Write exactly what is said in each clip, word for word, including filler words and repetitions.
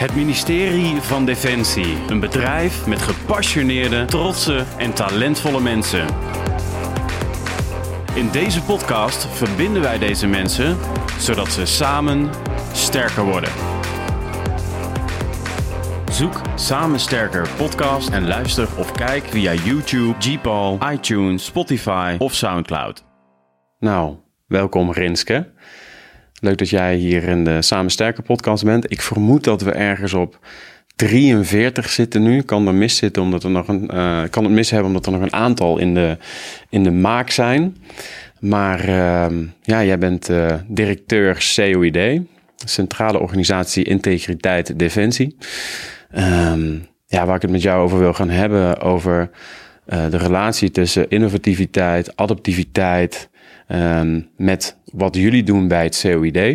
Het ministerie van Defensie. Een bedrijf met gepassioneerde, trotse en talentvolle mensen. In deze podcast verbinden wij deze mensen, zodat ze samen sterker worden. Zoek Samen Sterker podcast en luister of kijk via YouTube, Gpal, iTunes, Spotify of Soundcloud. Nou, welkom Rinske. Leuk dat jij hier in de Samen Sterker podcast bent. Ik vermoed dat we ergens op drieënveertig zitten nu. Kan er mis zitten omdat er nog een, uh, kan het mis hebben omdat er nog een aantal in de, in de maak zijn. Maar uh, ja, jij bent uh, directeur C O I D, Centrale Organisatie Integriteit Defensie. Um, ja, waar ik het met jou over wil gaan hebben, over uh, de relatie tussen innovativiteit, adaptiviteit, um, met wat jullie doen bij het C O I D.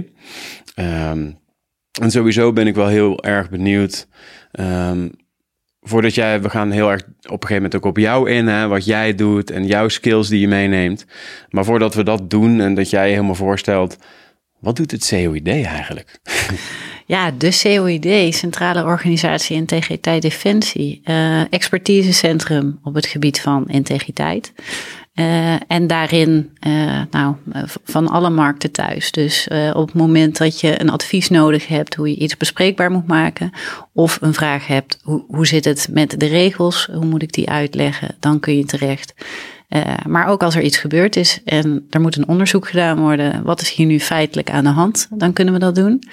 Um, en sowieso ben ik wel heel erg benieuwd. Um, voordat jij, we gaan heel erg op een gegeven moment ook op jou in, hè, wat jij doet en jouw skills die je meeneemt. Maar voordat we dat doen en dat jij je helemaal voorstelt, wat doet het C O I D eigenlijk? Ja, de C O I D, Centrale Organisatie Integriteit Defensie, uh, expertisecentrum op het gebied van integriteit. Uh, en daarin, uh, nou, van alle markten thuis. Dus uh, op het moment dat je een advies nodig hebt hoe je iets bespreekbaar moet maken, of een vraag hebt, hoe, hoe zit het met de regels, hoe moet ik die uitleggen, dan kun je terecht. Uh, maar ook als er iets gebeurd is en er moet een onderzoek gedaan worden, wat is hier nu feitelijk aan de hand, dan kunnen we dat doen.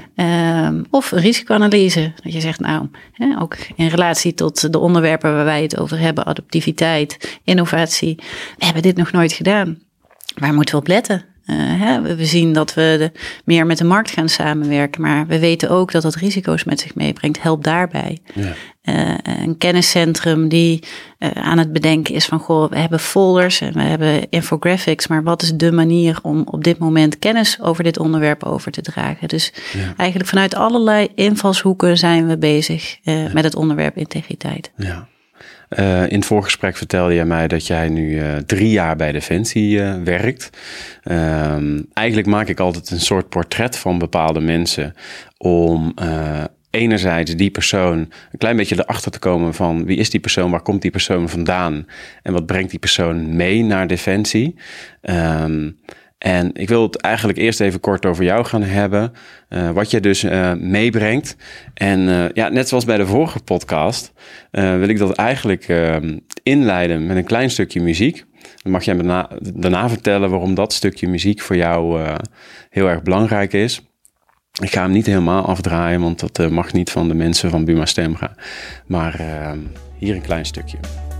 Ja. Uh, of een risicoanalyse, dat je zegt nou, hè, ook in relatie tot de onderwerpen waar wij het over hebben, adaptiviteit, innovatie, we hebben dit nog nooit gedaan. Waar moeten we op letten? Uh, hè, we zien dat we de, meer met de markt gaan samenwerken, maar we weten ook dat dat risico's met zich meebrengt. Help daarbij. Ja. Uh, een kenniscentrum die uh, aan het bedenken is van, goh, we hebben folders en we hebben infographics, maar wat is de manier om op dit moment kennis over dit onderwerp over te dragen? Dus ja. eigenlijk vanuit allerlei invalshoeken zijn we bezig uh, ja. met het onderwerp integriteit. Ja. Uh, in het voorgesprek vertelde je mij dat jij nu uh, drie jaar bij Defensie uh, werkt. Uh, eigenlijk maak ik altijd een soort portret van bepaalde mensen om uh, enerzijds die persoon een klein beetje erachter te komen van wie is die persoon, waar komt die persoon vandaan en wat brengt die persoon mee naar Defensie. Um, En ik wil het eigenlijk eerst even kort over jou gaan hebben. Uh, wat je dus uh, meebrengt. En uh, ja, net zoals bij de vorige podcast uh, wil ik dat eigenlijk uh, inleiden met een klein stukje muziek. Dan mag jij me na, daarna vertellen waarom dat stukje muziek voor jou uh, heel erg belangrijk is. Ik ga hem niet helemaal afdraaien, want dat uh, mag niet van de mensen van Buma Stemra. Maar uh, hier een klein stukje.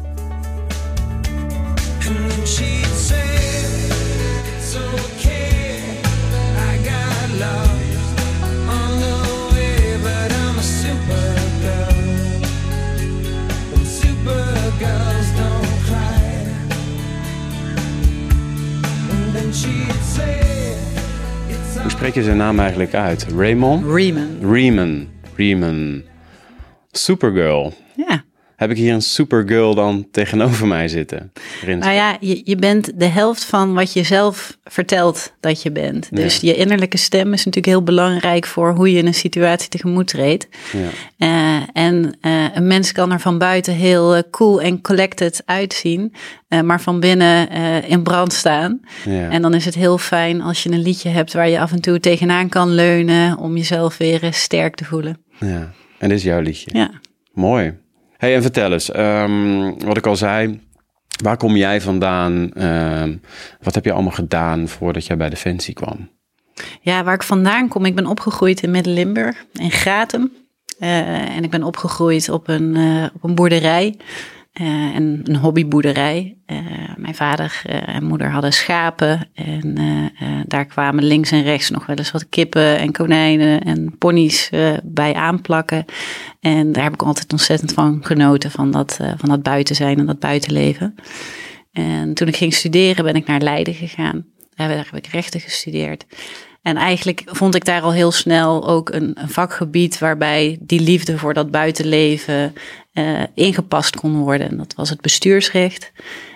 Hoe spreek je zijn naam eigenlijk uit? Raymond? Reman. Reman. Reman. Supergirl. Ja. Heb ik hier een Supergirl dan tegenover mij zitten? Rinske? Nou ja, je, je bent de helft van wat je zelf vertelt dat je bent. Dus ja. je innerlijke stem is natuurlijk heel belangrijk voor hoe je een situatie tegemoet treedt. Ja. Uh, en uh, een mens kan er van buiten heel uh, cool en collected uitzien, uh, maar van binnen uh, in brand staan. Ja. En dan is het heel fijn als je een liedje hebt waar je af en toe tegenaan kan leunen om jezelf weer uh, sterk te voelen. Ja, en dit is jouw liedje. Ja. Mooi. Hey, en vertel eens, um, wat ik al zei, waar kom jij vandaan? Um, wat heb je allemaal gedaan voordat jij bij Defensie kwam? Ja, waar ik vandaan kom, ik ben opgegroeid in Midden-Limburg, in Gratum. Uh, en ik ben opgegroeid op een, uh, op een boerderij, uh, en een hobbyboerderij. Uh, mijn vader uh, en moeder hadden schapen en uh, uh, daar kwamen links en rechts nog wel eens wat kippen en konijnen en ponies uh, bij aanplakken. En daar heb ik altijd ontzettend van genoten, van dat, uh, van dat buiten zijn en dat buitenleven. En toen ik ging studeren ben ik naar Leiden gegaan. Daar heb ik rechten gestudeerd. En eigenlijk vond ik daar al heel snel ook een, een vakgebied waarbij die liefde voor dat buitenleven uh, ingepast kon worden. En dat was het bestuursrecht.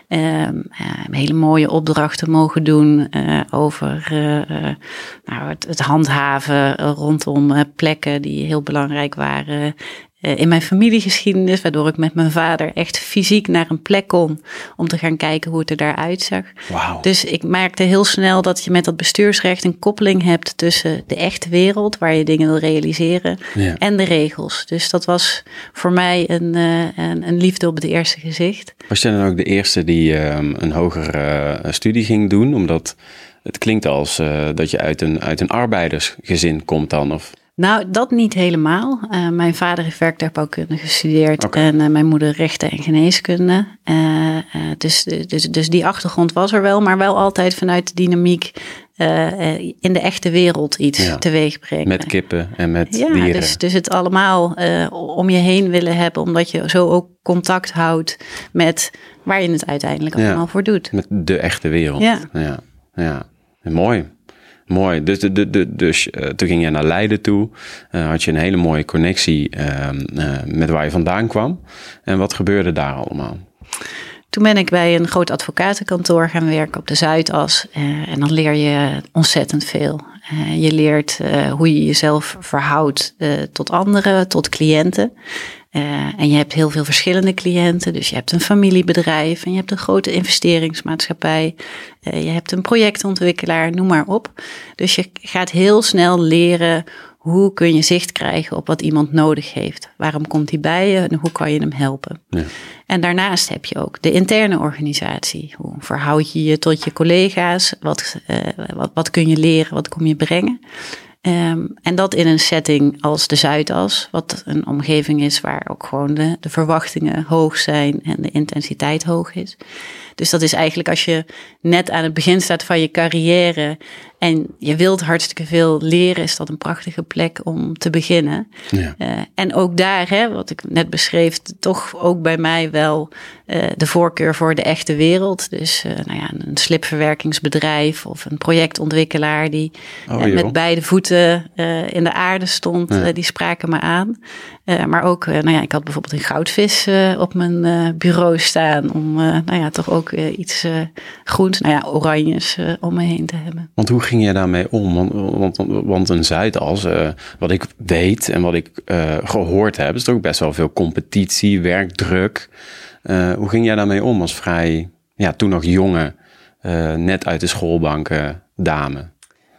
Um, uh, hele mooie opdrachten mogen doen uh, over uh, uh, nou, het, het handhaven rondom uh, plekken die heel belangrijk waren uh, in mijn familiegeschiedenis, waardoor ik met mijn vader echt fysiek naar een plek kon om te gaan kijken hoe het er daaruit zag. Wow. Dus ik merkte heel snel dat je met dat bestuursrecht een koppeling hebt tussen de echte wereld, waar je dingen wil realiseren, ja. en de regels. Dus dat was voor mij een, uh, een, een liefde op het eerste gezicht. Was jij dan ook de eerste die um, een hogere uh, studie ging doen? Omdat het klinkt als uh, dat je uit een, uit een arbeidersgezin komt dan, of... Nou, dat niet helemaal. Uh, mijn vader heeft werktuigbouwkunde gestudeerd okay. en uh, mijn moeder rechten en geneeskunde. Uh, uh, dus, dus, dus die achtergrond was er wel, maar wel altijd vanuit de dynamiek uh, uh, in de echte wereld iets ja. teweeg brengen. Met kippen en met ja, dieren. Dus, dus het allemaal uh, om je heen willen hebben, omdat je zo ook contact houdt met waar je het uiteindelijk ja. allemaal voor doet. Met de echte wereld. Ja, ja, ja. Mooi. Mooi. Dus, de, de, de, dus uh, toen ging je naar Leiden toe. Uh, had je een hele mooie connectie uh, uh, met waar je vandaan kwam. En wat gebeurde daar allemaal? Toen ben ik bij een groot advocatenkantoor gaan werken op de Zuidas. Uh, en dan leer je ontzettend veel. Uh, je leert uh, hoe je jezelf verhoudt uh, tot anderen, tot cliënten. Uh, en je hebt heel veel verschillende cliënten. Dus je hebt een familiebedrijf en je hebt een grote investeringsmaatschappij. Uh, je hebt een projectontwikkelaar, noem maar op. Dus je gaat heel snel leren hoe kun je zicht krijgen op wat iemand nodig heeft. Waarom komt hij bij je en hoe kan je hem helpen? Ja. En daarnaast heb je ook de interne organisatie. Hoe verhoud je je tot je collega's? Wat, uh, wat, wat kun je leren? Wat kom je brengen? Um, en dat in een setting als de Zuidas, wat een omgeving is waar ook gewoon de, de verwachtingen hoog zijn en de intensiteit hoog is. Dus dat is eigenlijk als je net aan het begin staat van je carrière en je wilt hartstikke veel leren, is dat een prachtige plek om te beginnen. Ja. Uh, en ook daar, hè, wat ik net beschreef, toch ook bij mij wel uh, de voorkeur voor de echte wereld. Dus uh, nou ja, een slipverwerkingsbedrijf of een projectontwikkelaar die oh, uh, met beide voeten uh, in de aarde stond, ja. uh, die spraken me aan. Uh, maar ook, uh, nou ja, ik had bijvoorbeeld een goudvis uh, op mijn uh, bureau staan om, uh, nou ja, toch ook uh, iets uh, groens, nou ja, oranjes uh, om me heen te hebben. Want hoe ging je daarmee om? Want, want, want een Zuidas, uh, wat ik weet en wat ik uh, gehoord heb, is er ook best wel veel competitie, werkdruk. Uh, hoe ging jij daarmee om als vrij, ja, toen nog jonge, uh, net uit de schoolbanken dame?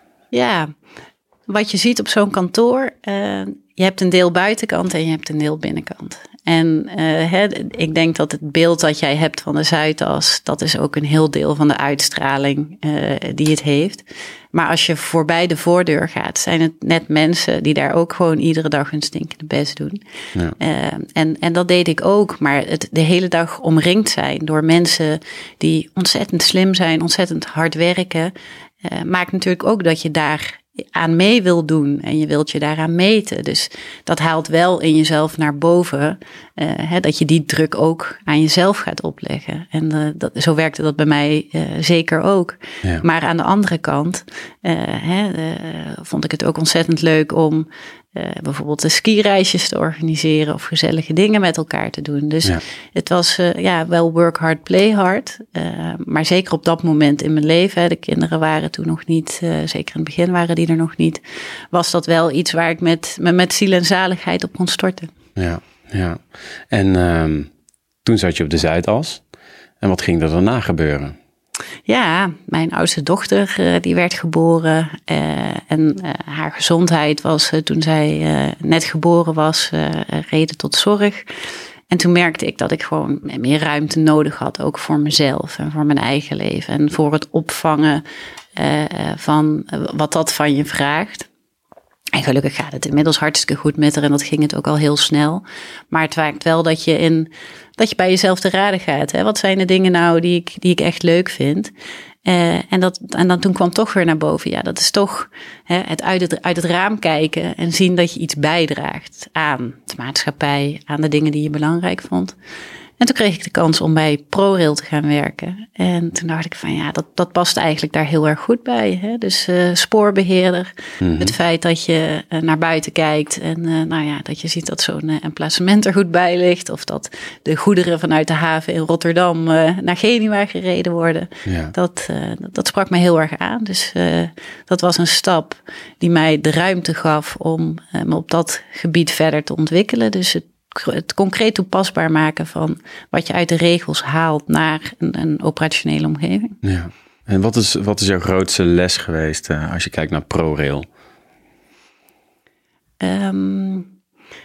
Ja, wat je ziet op zo'n kantoor, uh, je hebt een deel buitenkant en je hebt een deel binnenkant. En uh, he, ik denk dat het beeld dat jij hebt van de Zuidas, dat is ook een heel deel van de uitstraling uh, die het heeft. Maar als je voorbij de voordeur gaat, zijn het net mensen die daar ook gewoon iedere dag hun stinkende best doen. Ja. Uh, en, en dat deed ik ook, maar het de hele dag omringd zijn door mensen die ontzettend slim zijn, ontzettend hard werken, uh, maakt natuurlijk ook dat je daar aan mee wil doen en je wilt je daaraan meten. Dus dat haalt wel in jezelf naar boven, uh, hè, dat je die druk ook aan jezelf gaat opleggen. En uh, dat, zo werkte dat bij mij uh, zeker ook. Ja. Maar aan de andere kant uh, hè, uh, vond ik het ook ontzettend leuk om uh, bijvoorbeeld de skireisjes te organiseren of gezellige dingen met elkaar te doen. Dus ja. het was uh, ja, wel work hard, play hard. Uh, maar zeker op dat moment in mijn leven, hè, de kinderen waren toen nog niet, uh, zeker in het begin waren die er nog niet, was dat wel iets waar ik met, me met ziel en zaligheid op kon storten. Ja, ja. En uh, toen zat je op de Zuidas. En wat ging er daarna gebeuren? Ja, mijn oudste dochter uh, die werd geboren uh, en uh, haar gezondheid was uh, toen zij uh, net geboren was uh, reden tot zorg. En toen merkte ik dat ik gewoon meer ruimte nodig had, ook voor mezelf en voor mijn eigen leven. En voor het opvangen uh, van wat dat van je vraagt. En gelukkig gaat het inmiddels hartstikke goed met haar en dat ging het ook al heel snel. Maar het maakt wel dat je, in, dat je bij jezelf te raden gaat. Hè? Wat zijn de dingen nou die ik, die ik echt leuk vind? Uh, en, dat, en dan toen kwam toch weer naar boven. Ja, dat is toch hè, het, uit het uit het raam kijken en zien dat je iets bijdraagt aan de maatschappij, aan de dingen die je belangrijk vond. En toen kreeg ik de kans om bij ProRail te gaan werken. En toen dacht ik van ja, dat, dat past eigenlijk daar heel erg goed bij. Hè? Dus uh, spoorbeheerder, mm-hmm. het feit dat je uh, naar buiten kijkt en uh, nou ja, dat je ziet dat zo'n uh, emplacement er goed bij ligt. Of dat de goederen vanuit de haven in Rotterdam uh, naar Genua gereden worden. Ja. Dat, uh, dat, dat sprak me heel erg aan. Dus uh, dat was een stap die mij de ruimte gaf om uh, me op dat gebied verder te ontwikkelen. Dus het het concreet toepasbaar maken van wat je uit de regels haalt naar een, een operationele omgeving. Ja. En wat is, wat is jouw grootste les geweest uh, als je kijkt naar ProRail? Um,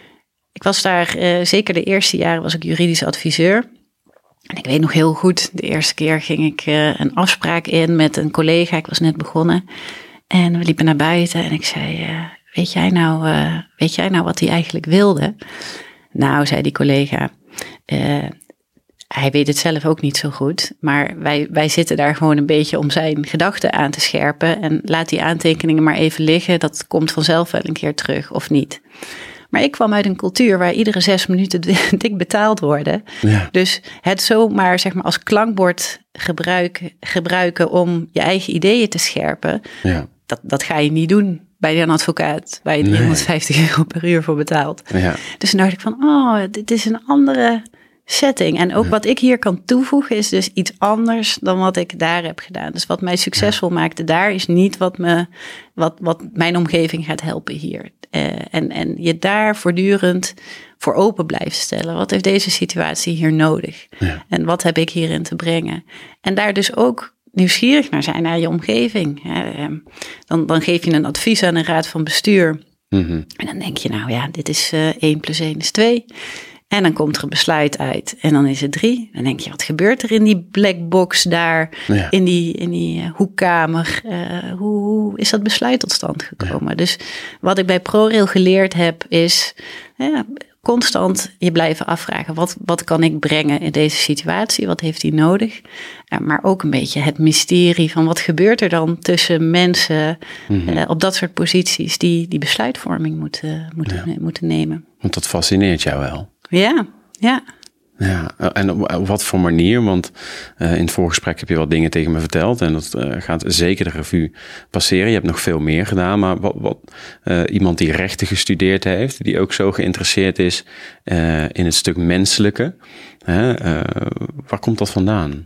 ik was daar, uh, zeker de eerste jaren was ik juridisch adviseur. En ik weet nog heel goed, de eerste keer ging ik uh, een afspraak in met een collega. Ik was net begonnen. En we liepen naar buiten en ik zei, uh, weet jij nou, uh, weet jij nou wat hij eigenlijk wilde? Nou, zei die collega, uh, hij weet het zelf ook niet zo goed, maar wij, wij zitten daar gewoon een beetje om zijn gedachten aan te scherpen en laat die aantekeningen maar even liggen, dat komt vanzelf wel een keer terug of niet. Maar ik kwam uit een cultuur waar iedere zes minuten dik betaald worden. Ja. Dus het zomaar zeg maar als klankbord gebruiken, gebruiken om je eigen ideeën te scherpen, ja. dat, dat ga je niet doen bij een advocaat, waar je driehonderdvijftig nee. euro per uur voor betaalt. Ja. Dus toen dacht ik van, oh, dit is een andere setting. En ook ja. wat ik hier kan toevoegen is dus iets anders dan wat ik daar heb gedaan. Dus wat mij succesvol ja. maakte daar is niet wat, me, wat, wat mijn omgeving gaat helpen hier. Uh, en, en je daar voortdurend voor open blijven stellen. Wat heeft deze situatie hier nodig? Ja. En wat heb ik hierin te brengen? En daar dus ook nieuwsgierig naar zijn, naar je omgeving. Ja, dan, dan geef je een advies aan een raad van bestuur. Mm-hmm. En dan denk je, nou ja, dit is uh, één plus één is twee. En dan komt er een besluit uit en dan is het drie. Dan denk je, wat gebeurt er in die black box daar, ja. in die, in die uh, hoekkamer? Uh, hoe, hoe is dat besluit tot stand gekomen? Ja. Dus wat ik bij ProRail geleerd heb is ja, constant je blijven afvragen. Wat, wat kan ik brengen in deze situatie? Wat heeft hij nodig? Uh, maar ook een beetje het mysterie van wat gebeurt er dan tussen mensen mm-hmm. uh, op dat soort posities die die besluitvorming moeten, moeten, ja. moeten nemen. Want dat fascineert jou wel. Ja, ja. Ja, en op wat voor manier? Want uh, in het voorgesprek heb je wat dingen tegen me verteld en dat uh, gaat zeker de revue passeren. Je hebt nog veel meer gedaan, maar wat, wat uh, iemand die rechten gestudeerd heeft, die ook zo geïnteresseerd is uh, in het stuk menselijke, hè, uh, waar komt dat vandaan?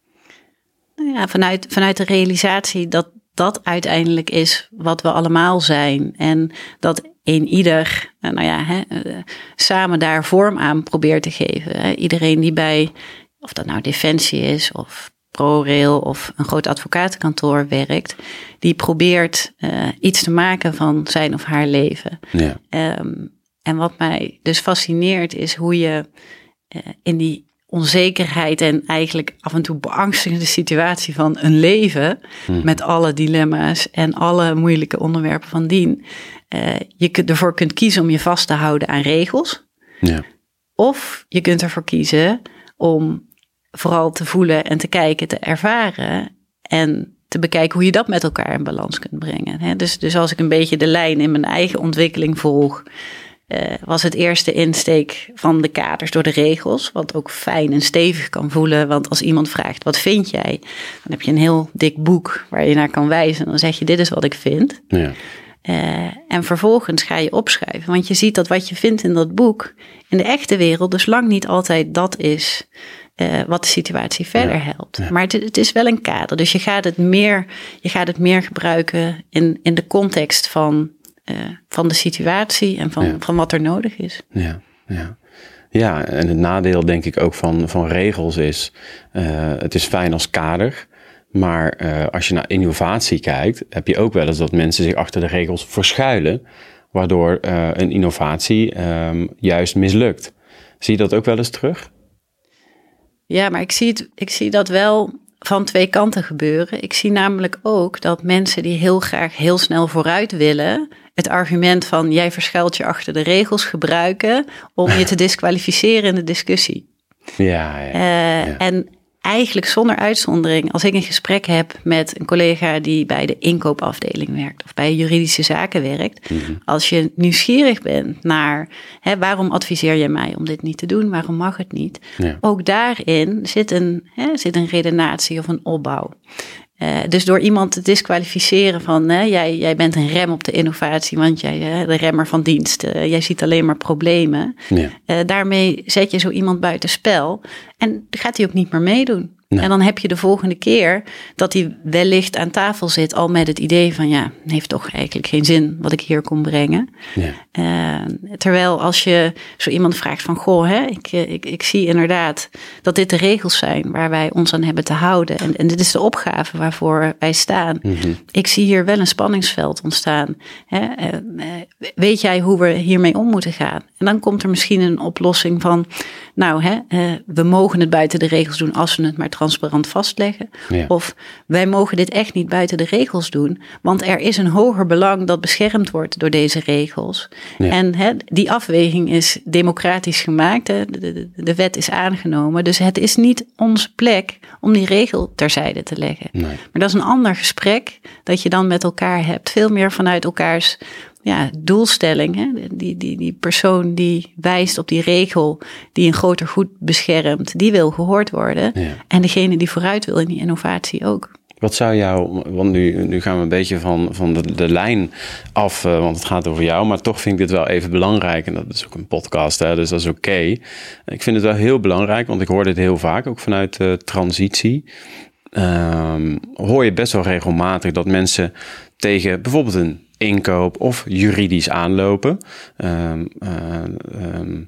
Nou ja, vanuit, vanuit de realisatie dat dat uiteindelijk is wat we allemaal zijn en dat een ieder, nou ja, hè, samen daar vorm aan probeert te geven. Hè. Iedereen die bij, of dat nou Defensie is of ProRail of een groot advocatenkantoor werkt, die probeert uh, iets te maken van zijn of haar leven. Ja. Um, en wat mij dus fascineert is hoe je uh, in die onzekerheid en eigenlijk af en toe beangstigende situatie van een leven, hmm. met alle dilemma's en alle moeilijke onderwerpen van dien, uh, je kunt ervoor kunt kiezen om je vast te houden aan regels. Ja. Of je kunt ervoor kiezen om vooral te voelen en te kijken, te ervaren en te bekijken hoe je dat met elkaar in balans kunt brengen. Hè? Dus, dus als ik een beetje de lijn in mijn eigen ontwikkeling volg, Uh, was het eerste insteek van de kaders door de regels, wat ook fijn en stevig kan voelen. Want als iemand vraagt, wat vind jij? Dan heb je een heel dik boek waar je naar kan wijzen. En dan zeg je, dit is wat ik vind. Ja. Uh, en vervolgens ga je opschrijven. Want je ziet dat wat je vindt in dat boek in de echte wereld dus lang niet altijd dat is uh, wat de situatie verder ja. helpt. Ja. Maar het, het is wel een kader. Dus je gaat het meer, je gaat het meer gebruiken in, in de context van Uh, van de situatie en van, ja. van wat er nodig is. Ja, ja. ja, en het nadeel denk ik ook van, van regels is, uh, het is fijn als kader, maar uh, als je naar innovatie kijkt, heb je ook wel eens dat mensen zich achter de regels verschuilen, waardoor uh, een innovatie um, juist mislukt. Zie je dat ook wel eens terug? Ja, maar ik zie, het, ik zie dat wel van twee kanten gebeuren. Ik zie namelijk ook dat mensen die heel graag heel snel vooruit willen, het argument van jij verschuilt je achter de regels gebruiken om je te disqualificeren in de discussie. Ja, ja, uh, ja. En eigenlijk zonder uitzondering, als ik een gesprek heb met een collega die bij de inkoopafdeling werkt of bij juridische zaken werkt, mm-hmm. als je nieuwsgierig bent naar hè, waarom adviseer je mij om dit niet te doen, waarom mag het niet, ja. ook daarin zit een, hè, zit een redenatie of een opbouw. Uh, dus door iemand te disqualificeren van hè, jij, jij bent een rem op de innovatie, want jij uh, de remmer van dienst, uh, jij ziet alleen maar problemen. Ja. Uh, daarmee zet je zo iemand buitenspel en gaat hij ook niet meer meedoen. Nee. En dan heb je de volgende keer dat hij wellicht aan tafel zit al met het idee van ja, het heeft toch eigenlijk geen zin wat ik hier kom brengen. Ja. Uh, terwijl als je zo iemand vraagt van goh, hè, ik, ik, ik zie inderdaad dat dit de regels zijn waar wij ons aan hebben te houden. En, en dit is de opgave waarvoor wij staan. Mm-hmm. Ik zie hier wel een spanningsveld ontstaan. Hè. Uh, weet jij hoe we hiermee om moeten gaan? En dan komt er misschien een oplossing van nou, hè, uh, we mogen het buiten de regels doen als we het maar transparant vastleggen. Ja. Of wij mogen dit echt niet buiten de regels doen, want er is een hoger belang dat beschermd wordt door deze regels. Ja. En hè, die afweging is democratisch gemaakt. Hè. De, de, de wet is aangenomen. Dus het is niet onze plek om die regel terzijde te leggen. Nee. Maar dat is een ander gesprek dat je dan met elkaar hebt. Veel meer vanuit elkaars ja, doelstelling. Hè? Die, die, die persoon die wijst op die regel die een groter goed beschermt, die wil gehoord worden. Ja. En degene die vooruit wil in die innovatie ook. Wat zou jou, want nu, nu gaan we een beetje van, van de, de lijn af, uh, want het gaat over jou, maar toch vind ik dit wel even belangrijk. En dat is ook een podcast, hè, dus dat is oké. Okay. Ik vind het wel heel belangrijk, want ik hoor dit heel vaak, ook vanuit de transitie. Um, hoor je best wel regelmatig dat mensen tegen bijvoorbeeld een inkoop of juridisch aanlopen. Um, uh, um,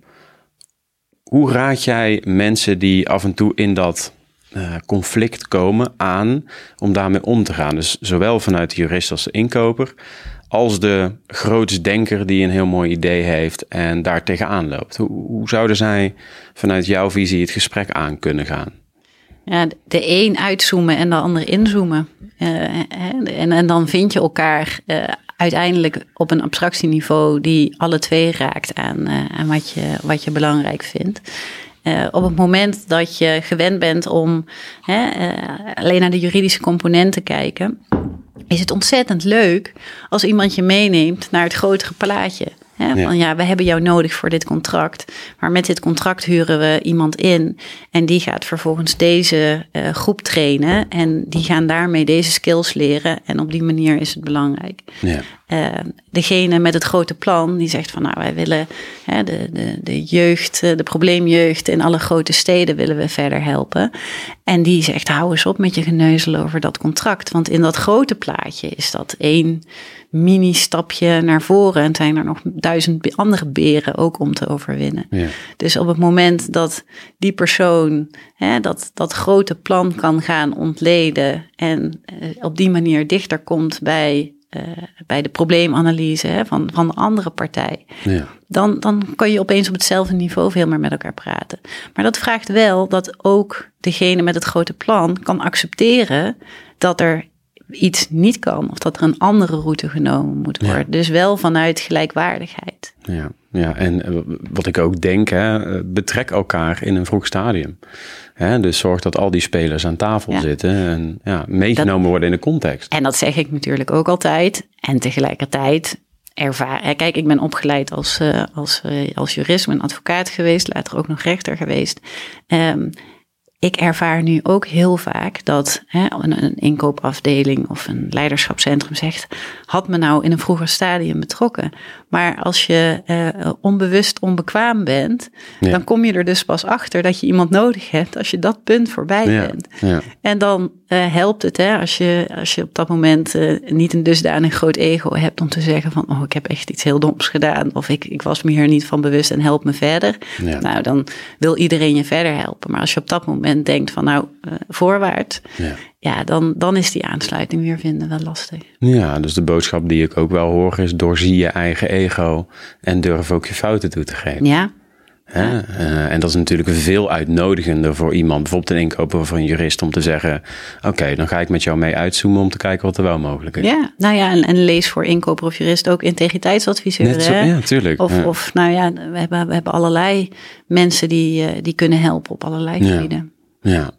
hoe raad jij mensen die af en toe in dat uh, conflict komen aan om daarmee om te gaan? Dus zowel vanuit de jurist als de inkoper, als de grootsdenker die een heel mooi idee heeft en daar tegenaan loopt. Hoe, hoe zouden zij vanuit jouw visie het gesprek aan kunnen gaan? Ja, de een uitzoomen en de ander inzoomen. Uh, en, en dan vind je elkaar uh, uiteindelijk op een abstractieniveau die alle twee raakt aan, uh, aan wat je, wat je belangrijk vindt. Uh, op het moment dat je gewend bent om hè, uh, alleen naar de juridische component te kijken, is het ontzettend leuk als iemand je meeneemt naar het grotere plaatje. Hè, ja. Van ja, we hebben jou nodig voor dit contract. Maar met dit contract huren we iemand in. En die gaat vervolgens deze uh, groep trainen. En die gaan daarmee deze skills leren. En op die manier is het belangrijk. Ja. Uh, degene met het grote plan, die zegt van nou, wij willen hè, de, de, de jeugd, de probleemjeugd in alle grote steden willen we verder helpen. En die zegt, hou eens op met je geneuzel over dat contract. Want in dat grote plaatje is dat één mini-stapje naar voren. En zijn er nog duizend andere beren ook om te overwinnen. Ja. Dus op het moment dat die persoon hè, dat, dat grote plan kan gaan ontleden en uh, op die manier dichter komt bij Uh, bij de probleemanalyse hè, van, van de andere partij, ja. dan, dan kan je opeens op hetzelfde niveau veel meer met elkaar praten. Maar dat vraagt wel dat ook degene met het grote plan kan accepteren dat er iets niet kan of dat er een andere route genomen moet worden. Ja. Dus wel vanuit gelijkwaardigheid. Ja, ja, en wat ik ook denk, hè, betrek elkaar in een vroeg stadium. Hè, dus zorg dat al die spelers aan tafel ja. zitten en ja, meegenomen dat, worden in de context. En dat zeg ik natuurlijk ook altijd. En tegelijkertijd ervaren. Kijk, ik ben opgeleid als, uh, als, uh, als jurist, ben advocaat geweest, later ook nog rechter geweest. Um, Ik ervaar nu ook heel vaak dat hè, een, een inkoopafdeling of een leiderschapscentrum zegt, had me nou in een vroeger stadium betrokken. Maar als je uh, onbewust onbekwaam bent, ja. dan kom je er dus pas achter dat je iemand nodig hebt als je dat punt voorbij ja. bent. Ja. En dan uh, helpt het hè, als je, als je op dat moment uh, niet een dusdanig groot ego hebt om te zeggen van, oh, ik heb echt iets heel doms gedaan. Of ik, ik was me hier niet van bewust en help me verder. Ja. Nou, dan wil iedereen je verder helpen. Maar als je op dat moment denkt van nou, uh, voorwaarts, ja, ja dan, dan is die aansluiting weer vinden wel lastig. Ja, dus de boodschap die ik ook wel hoor is, doorzie je eigen ego en durf ook je fouten toe te geven. Ja. Hè? Ja. Uh, en dat is natuurlijk veel uitnodigender voor iemand, bijvoorbeeld een inkoper of een jurist, om te zeggen, oké, okay, dan ga ik met jou mee uitzoomen om te kijken wat er wel mogelijk is. Ja, nou ja, en, en lees voor inkoper of jurist ook integriteitsadviseur. Net zo, hè? Ja, tuurlijk. Of, ja. of nou ja, we hebben, we hebben allerlei mensen die, uh, die kunnen helpen op allerlei gebieden. Ja. Ja,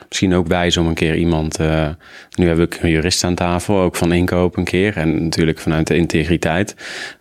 misschien ook wijs om een keer iemand... Uh, nu heb ik een jurist aan tafel, ook van inkoop een keer. En natuurlijk vanuit de integriteit.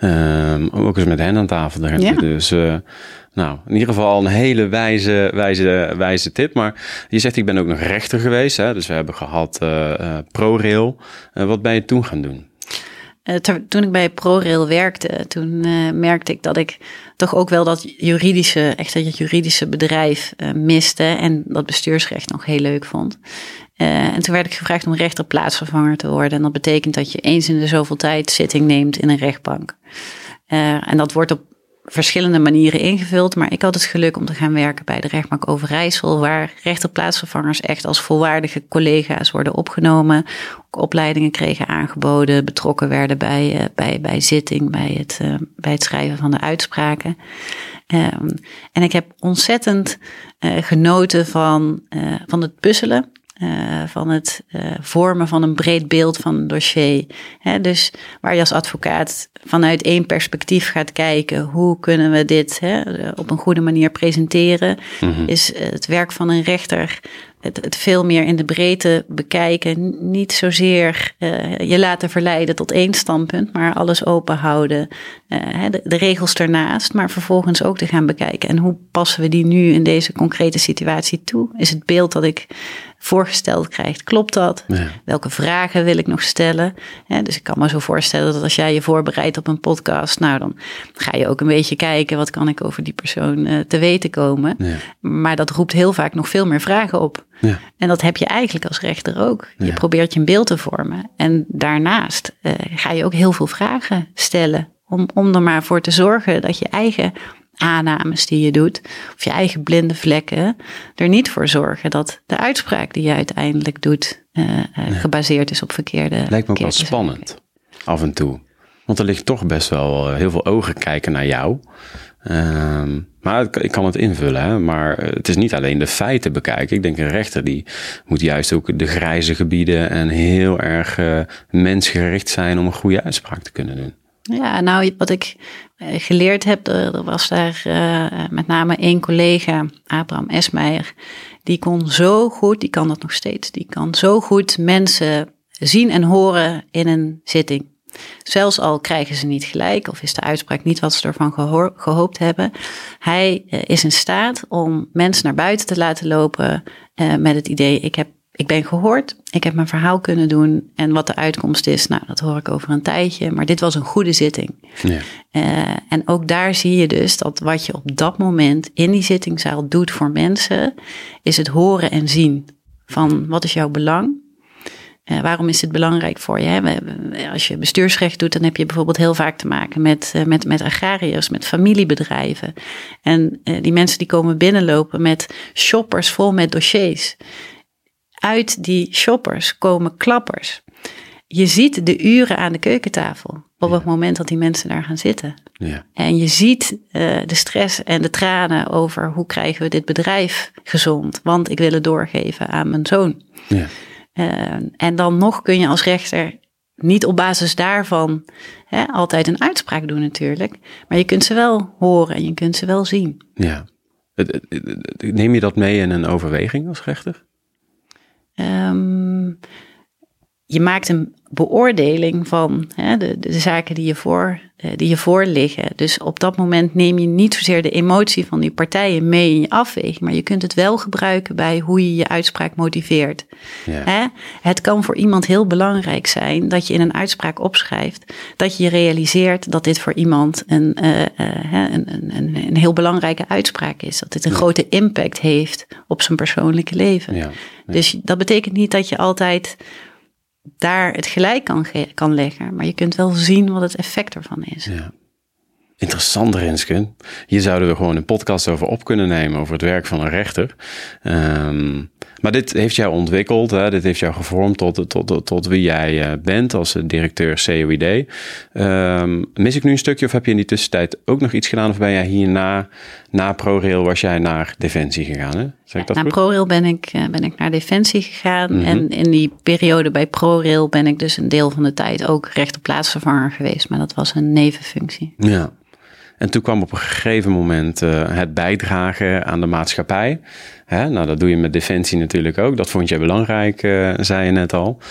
Uh, ook eens met hen aan tafel. Ja. Dus uh, nou, in ieder geval een hele wijze, wijze, wijze tip. Maar je zegt, ik ben ook nog rechter geweest. Hè? Dus we hebben gehad uh, uh, ProRail. Uh, wat ben je toen gaan doen? Uh, ter, toen ik bij ProRail werkte, toen uh, merkte ik dat ik toch ook wel dat juridische, echt dat juridische bedrijf uh, miste en dat bestuursrecht nog heel leuk vond. Uh, en toen werd ik gevraagd om rechterplaatsvervanger te worden. En dat betekent dat je eens in de zoveel tijd zitting neemt in een rechtbank. Uh, en dat wordt op verschillende manieren ingevuld, maar ik had het geluk om te gaan werken bij de rechtbank Overijssel, waar rechterplaatsvervangers echt als volwaardige collega's worden opgenomen, ook opleidingen kregen aangeboden, betrokken werden bij, uh, bij, bij zitting, bij het, uh, bij het schrijven van de uitspraken. Um, en ik heb ontzettend uh, genoten van, uh, van het puzzelen. Uh, van het uh, vormen van een breed beeld van een dossier. He, dus waar je als advocaat vanuit één perspectief gaat kijken, hoe kunnen we dit he, op een goede manier presenteren, mm-hmm. is het werk van een rechter het, het veel meer in de breedte bekijken. Niet zozeer uh, je laten verleiden tot één standpunt, maar alles open houden. Uh, de, de regels ernaast, maar vervolgens ook te gaan bekijken. En hoe passen we die nu in deze concrete situatie toe? Is het beeld dat ik voorgesteld krijgt, klopt dat? Ja. Welke vragen wil ik nog stellen? Ja, dus ik kan me zo voorstellen dat als jij je voorbereidt op een podcast, nou dan ga je ook een beetje kijken, wat kan ik over die persoon uh, te weten komen? Ja. Maar dat roept heel vaak nog veel meer vragen op. Ja. En dat heb je eigenlijk als rechter ook. Je ja. probeert je een beeld te vormen. En daarnaast uh, ga je ook heel veel vragen stellen, om, om er maar voor te zorgen dat je eigen aannames die je doet, of je eigen blinde vlekken, er niet voor zorgen dat de uitspraak die je uiteindelijk doet uh, uh, ja. gebaseerd is op verkeerde. Lijkt me ook wel spannend, zaken. Af en toe. Want er ligt toch best wel heel veel ogen kijken naar jou. Um, maar ik kan het invullen, hè? Maar het is niet alleen de feiten bekijken. Ik denk een rechter die moet juist ook de grijze gebieden en heel erg uh, mensgericht zijn om een goede uitspraak te kunnen doen. Ja, nou, wat ik geleerd heb, er was daar uh, met name één collega, Abraham Esmeijer, die kon zo goed, die kan dat nog steeds, die kan zo goed mensen zien en horen in een zitting. Zelfs al krijgen ze niet gelijk of is de uitspraak niet wat ze ervan geho- gehoopt hebben. Hij uh, is in staat om mensen naar buiten te laten lopen uh, met het idee, ik heb Ik ben gehoord, ik heb mijn verhaal kunnen doen en wat de uitkomst is, nou dat hoor ik over een tijdje, maar dit was een goede zitting. Ja. Uh, en ook daar zie je dus dat wat je op dat moment in die zittingzaal doet voor mensen, is het horen en zien van wat is jouw belang? Uh, waarom is dit belangrijk voor je? Hè? Als je bestuursrecht doet, dan heb je bijvoorbeeld heel vaak te maken met, uh, met, met agrariërs, met familiebedrijven. En uh, die mensen die komen binnenlopen met shoppers vol met dossiers. Uit die shoppers komen klappers. Je ziet de uren aan de keukentafel op het moment dat die mensen daar gaan zitten. Ja. En je ziet uh, de stress en de tranen over hoe krijgen we dit bedrijf gezond. Want ik wil het doorgeven aan mijn zoon. Ja. Uh, en dan nog kun je als rechter niet op basis daarvan hè, altijd een uitspraak doen natuurlijk. Maar je kunt ze wel horen en je kunt ze wel zien. Ja. Neem je dat mee in een overweging als rechter? Um, je maakt een beoordeling van hè, de, de, de zaken die je, voor, uh, die je voor liggen. Dus op dat moment neem je niet zozeer de emotie van die partijen mee in je afweging. Maar je kunt het wel gebruiken bij hoe je je uitspraak motiveert. Ja. Hè? Het kan voor iemand heel belangrijk zijn dat je in een uitspraak opschrijft dat je realiseert dat dit voor iemand een, uh, uh, een, een, een, een heel belangrijke uitspraak is. Dat dit een ja. grote impact heeft op zijn persoonlijke leven. Ja. Ja. Dus dat betekent niet dat je altijd daar het gelijk kan, ge- kan leggen. Maar je kunt wel zien wat het effect ervan is. Ja. Interessant, Renske. Hier zouden we gewoon een podcast over op kunnen nemen, over het werk van een rechter. Um, maar dit heeft jou ontwikkeld, hè? Dit heeft jou gevormd tot, tot, tot, tot wie jij uh, bent als directeur C O I D. Um, mis ik nu een stukje of heb je in die tussentijd ook nog iets gedaan? Of ben jij hierna, na ProRail, was jij naar Defensie gegaan? Hè? Zeg ik dat na goed? ProRail ben ik, uh, ben ik naar Defensie gegaan. Mm-hmm. En in die periode bij ProRail ben ik dus een deel van de tijd ook rechterplaatsvervanger geweest. Maar dat was een nevenfunctie. Ja. En toen kwam op een gegeven moment uh, het bijdragen aan de maatschappij. Hè? Nou, dat doe je met Defensie natuurlijk ook. Dat vond je belangrijk, uh, zei je net al.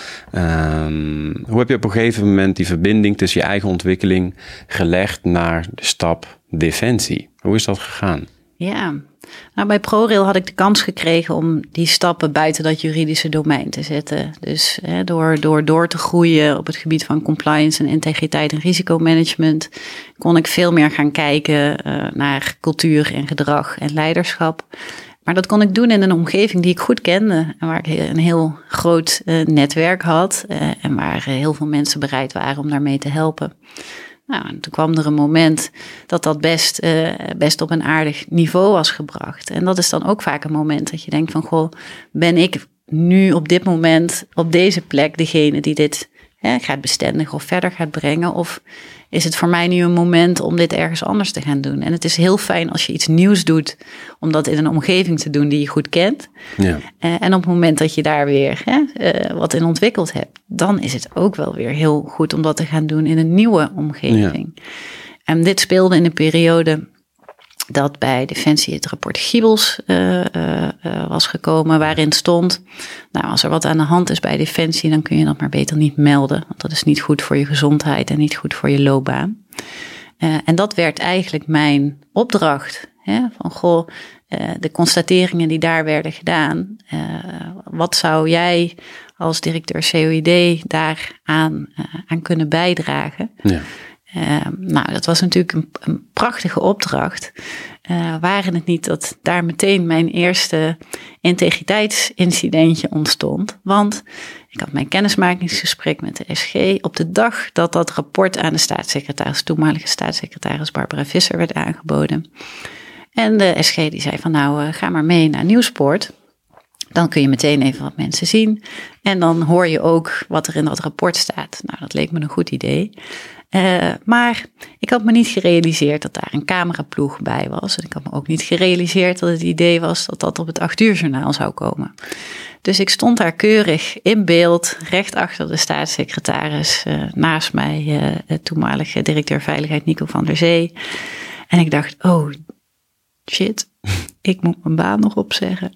Um, hoe heb je op een gegeven moment die verbinding tussen je eigen ontwikkeling gelegd naar de stap Defensie? Hoe is dat gegaan? Ja, nou bij ProRail had ik de kans gekregen om die stappen buiten dat juridische domein te zetten. Dus hè, door, door door te groeien op het gebied van compliance en integriteit en risicomanagement kon ik veel meer gaan kijken uh, naar cultuur en gedrag en leiderschap. Maar dat kon ik doen in een omgeving die ik goed kende en waar ik een heel groot uh, netwerk had uh, en waar uh, heel veel mensen bereid waren om daarmee te helpen. Nou, en toen kwam er een moment dat dat best, uh, best op een aardig niveau was gebracht. En dat is dan ook vaak een moment dat je denkt van, goh, ben ik nu op dit moment op deze plek degene die dit hè, gaat bestendigen of verder gaat brengen? Of is het voor mij nu een moment om dit ergens anders te gaan doen? En het is heel fijn als je iets nieuws doet, om dat in een omgeving te doen die je goed kent. Ja. Uh, en op het moment dat je daar weer hè, uh, wat in ontwikkeld hebt, dan is het ook wel weer heel goed om dat te gaan doen in een nieuwe omgeving. Ja. En dit speelde in een periode dat bij Defensie het rapport Giebels uh, uh, uh, was gekomen, waarin stond, nou, als er wat aan de hand is bij Defensie, dan kun je dat maar beter niet melden, want dat is niet goed voor je gezondheid en niet goed voor je loopbaan. Uh, en dat werd eigenlijk mijn opdracht, hè, van goh, uh, de constateringen die daar werden gedaan, uh, wat zou jij als directeur C O I D daaraan uh, aan kunnen bijdragen? Ja. Uh, nou, dat was natuurlijk een, een prachtige opdracht. Uh, waren het niet dat daar meteen mijn eerste integriteitsincidentje ontstond. Want ik had mijn kennismakingsgesprek met de S G op de dag dat dat rapport aan de staatssecretaris, toenmalige staatssecretaris Barbara Visser, werd aangeboden. En de S G die zei van nou, uh, ga maar mee naar Nieuwspoort. Dan kun je meteen even wat mensen zien. En dan hoor je ook wat er in dat rapport staat. Nou, dat leek me een goed idee. Uh, maar ik had me niet gerealiseerd dat daar een cameraploeg bij was. En ik had me ook niet gerealiseerd dat het idee was dat dat op het acht uur journaal zou komen. Dus ik stond daar keurig in beeld, recht achter de staatssecretaris. Uh, naast mij uh, de toenmalige directeur Veiligheid Nico van der Zee. En ik dacht, oh shit, ik moet mijn baan nog opzeggen.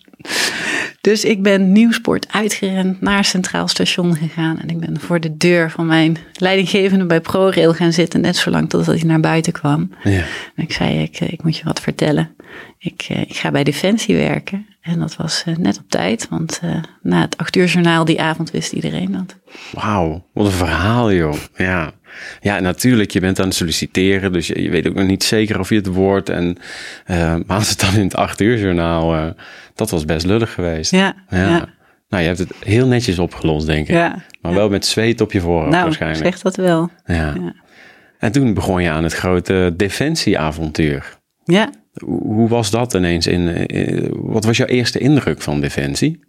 Dus ik ben Nieuwspoort uitgerend, naar Centraal Station gegaan. En ik ben voor de deur van mijn leidinggevende bij ProRail gaan zitten. Net zolang totdat hij naar buiten kwam. Ja. En ik zei, ik, ik moet je wat vertellen. Ik, ik ga bij Defensie werken. En dat was net op tijd. Want uh, na het acht uur journaal die avond wist iedereen dat. Wauw, wat een verhaal joh. Ja. Ja, natuurlijk, je bent aan het solliciteren. Dus je, je weet ook nog niet zeker of je het wordt. En uh, maar als het dan in het acht uur journaal... Uh, dat was best lullig geweest. Ja, ja. ja. Nou, je hebt het heel netjes opgelost, denk ik. Ja, maar ja. wel met zweet op je voorhoofd nou, waarschijnlijk. Nou, zeg dat wel. Ja. ja. En toen begon je aan het grote Defensie-avontuur. Ja. Hoe, hoe was dat ineens? In, in, wat was jouw eerste indruk van Defensie?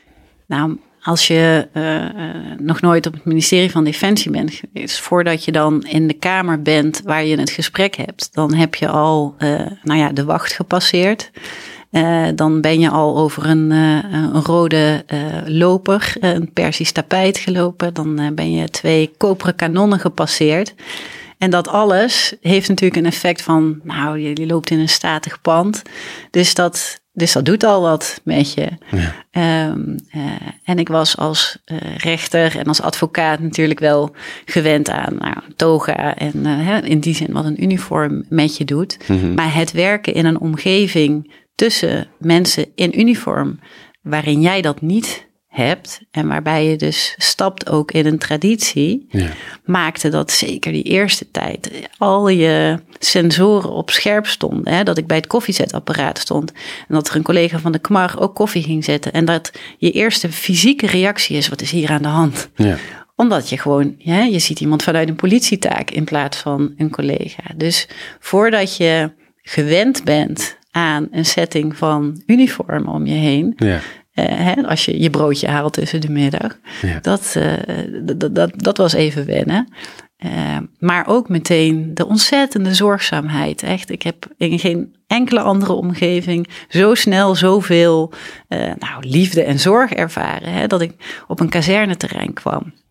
Nou, als je uh, uh, nog nooit op het ministerie van Defensie bent geweest, voordat je dan in de kamer bent waar je het gesprek hebt, dan heb je al uh, nou ja, de wacht gepasseerd. Uh, dan ben je al over een, uh, een rode uh, loper, een Persisch tapijt gelopen. Dan uh, ben je twee koperen kanonnen gepasseerd. En dat alles heeft natuurlijk een effect van, nou, je, je loopt in een statig pand. Dus dat, dus dat doet al wat met je. Ja. Um, uh, en ik was als uh, rechter en als advocaat natuurlijk wel gewend aan nou, toga. En uh, in die zin wat een uniform met je doet. Mm-hmm. Maar het werken in een omgeving tussen mensen in uniform, waarin jij dat niet hebt en waarbij je dus stapt ook in een traditie, ja. maakte dat zeker die eerste tijd al je sensoren op scherp stonden. Hè? Dat ik bij het koffiezetapparaat stond en dat er een collega van de K M A R ook koffie ging zetten en dat je eerste fysieke reactie is, wat is hier aan de hand? Ja. Omdat je gewoon, ja, je ziet iemand vanuit een politietaak in plaats van een collega. Dus voordat je gewend bent aan een setting van uniform om je heen. Ja. Uh, hè, als je je broodje haalt tussen de middag. Ja. Dat, uh, dat, dat, dat was even wennen. Uh, maar ook meteen de ontzettende zorgzaamheid. Echt, ik heb in geen enkele andere omgeving zo snel zoveel uh, nou, liefde en zorg ervaren. Hè, dat ik op een kazerneterrein kwam.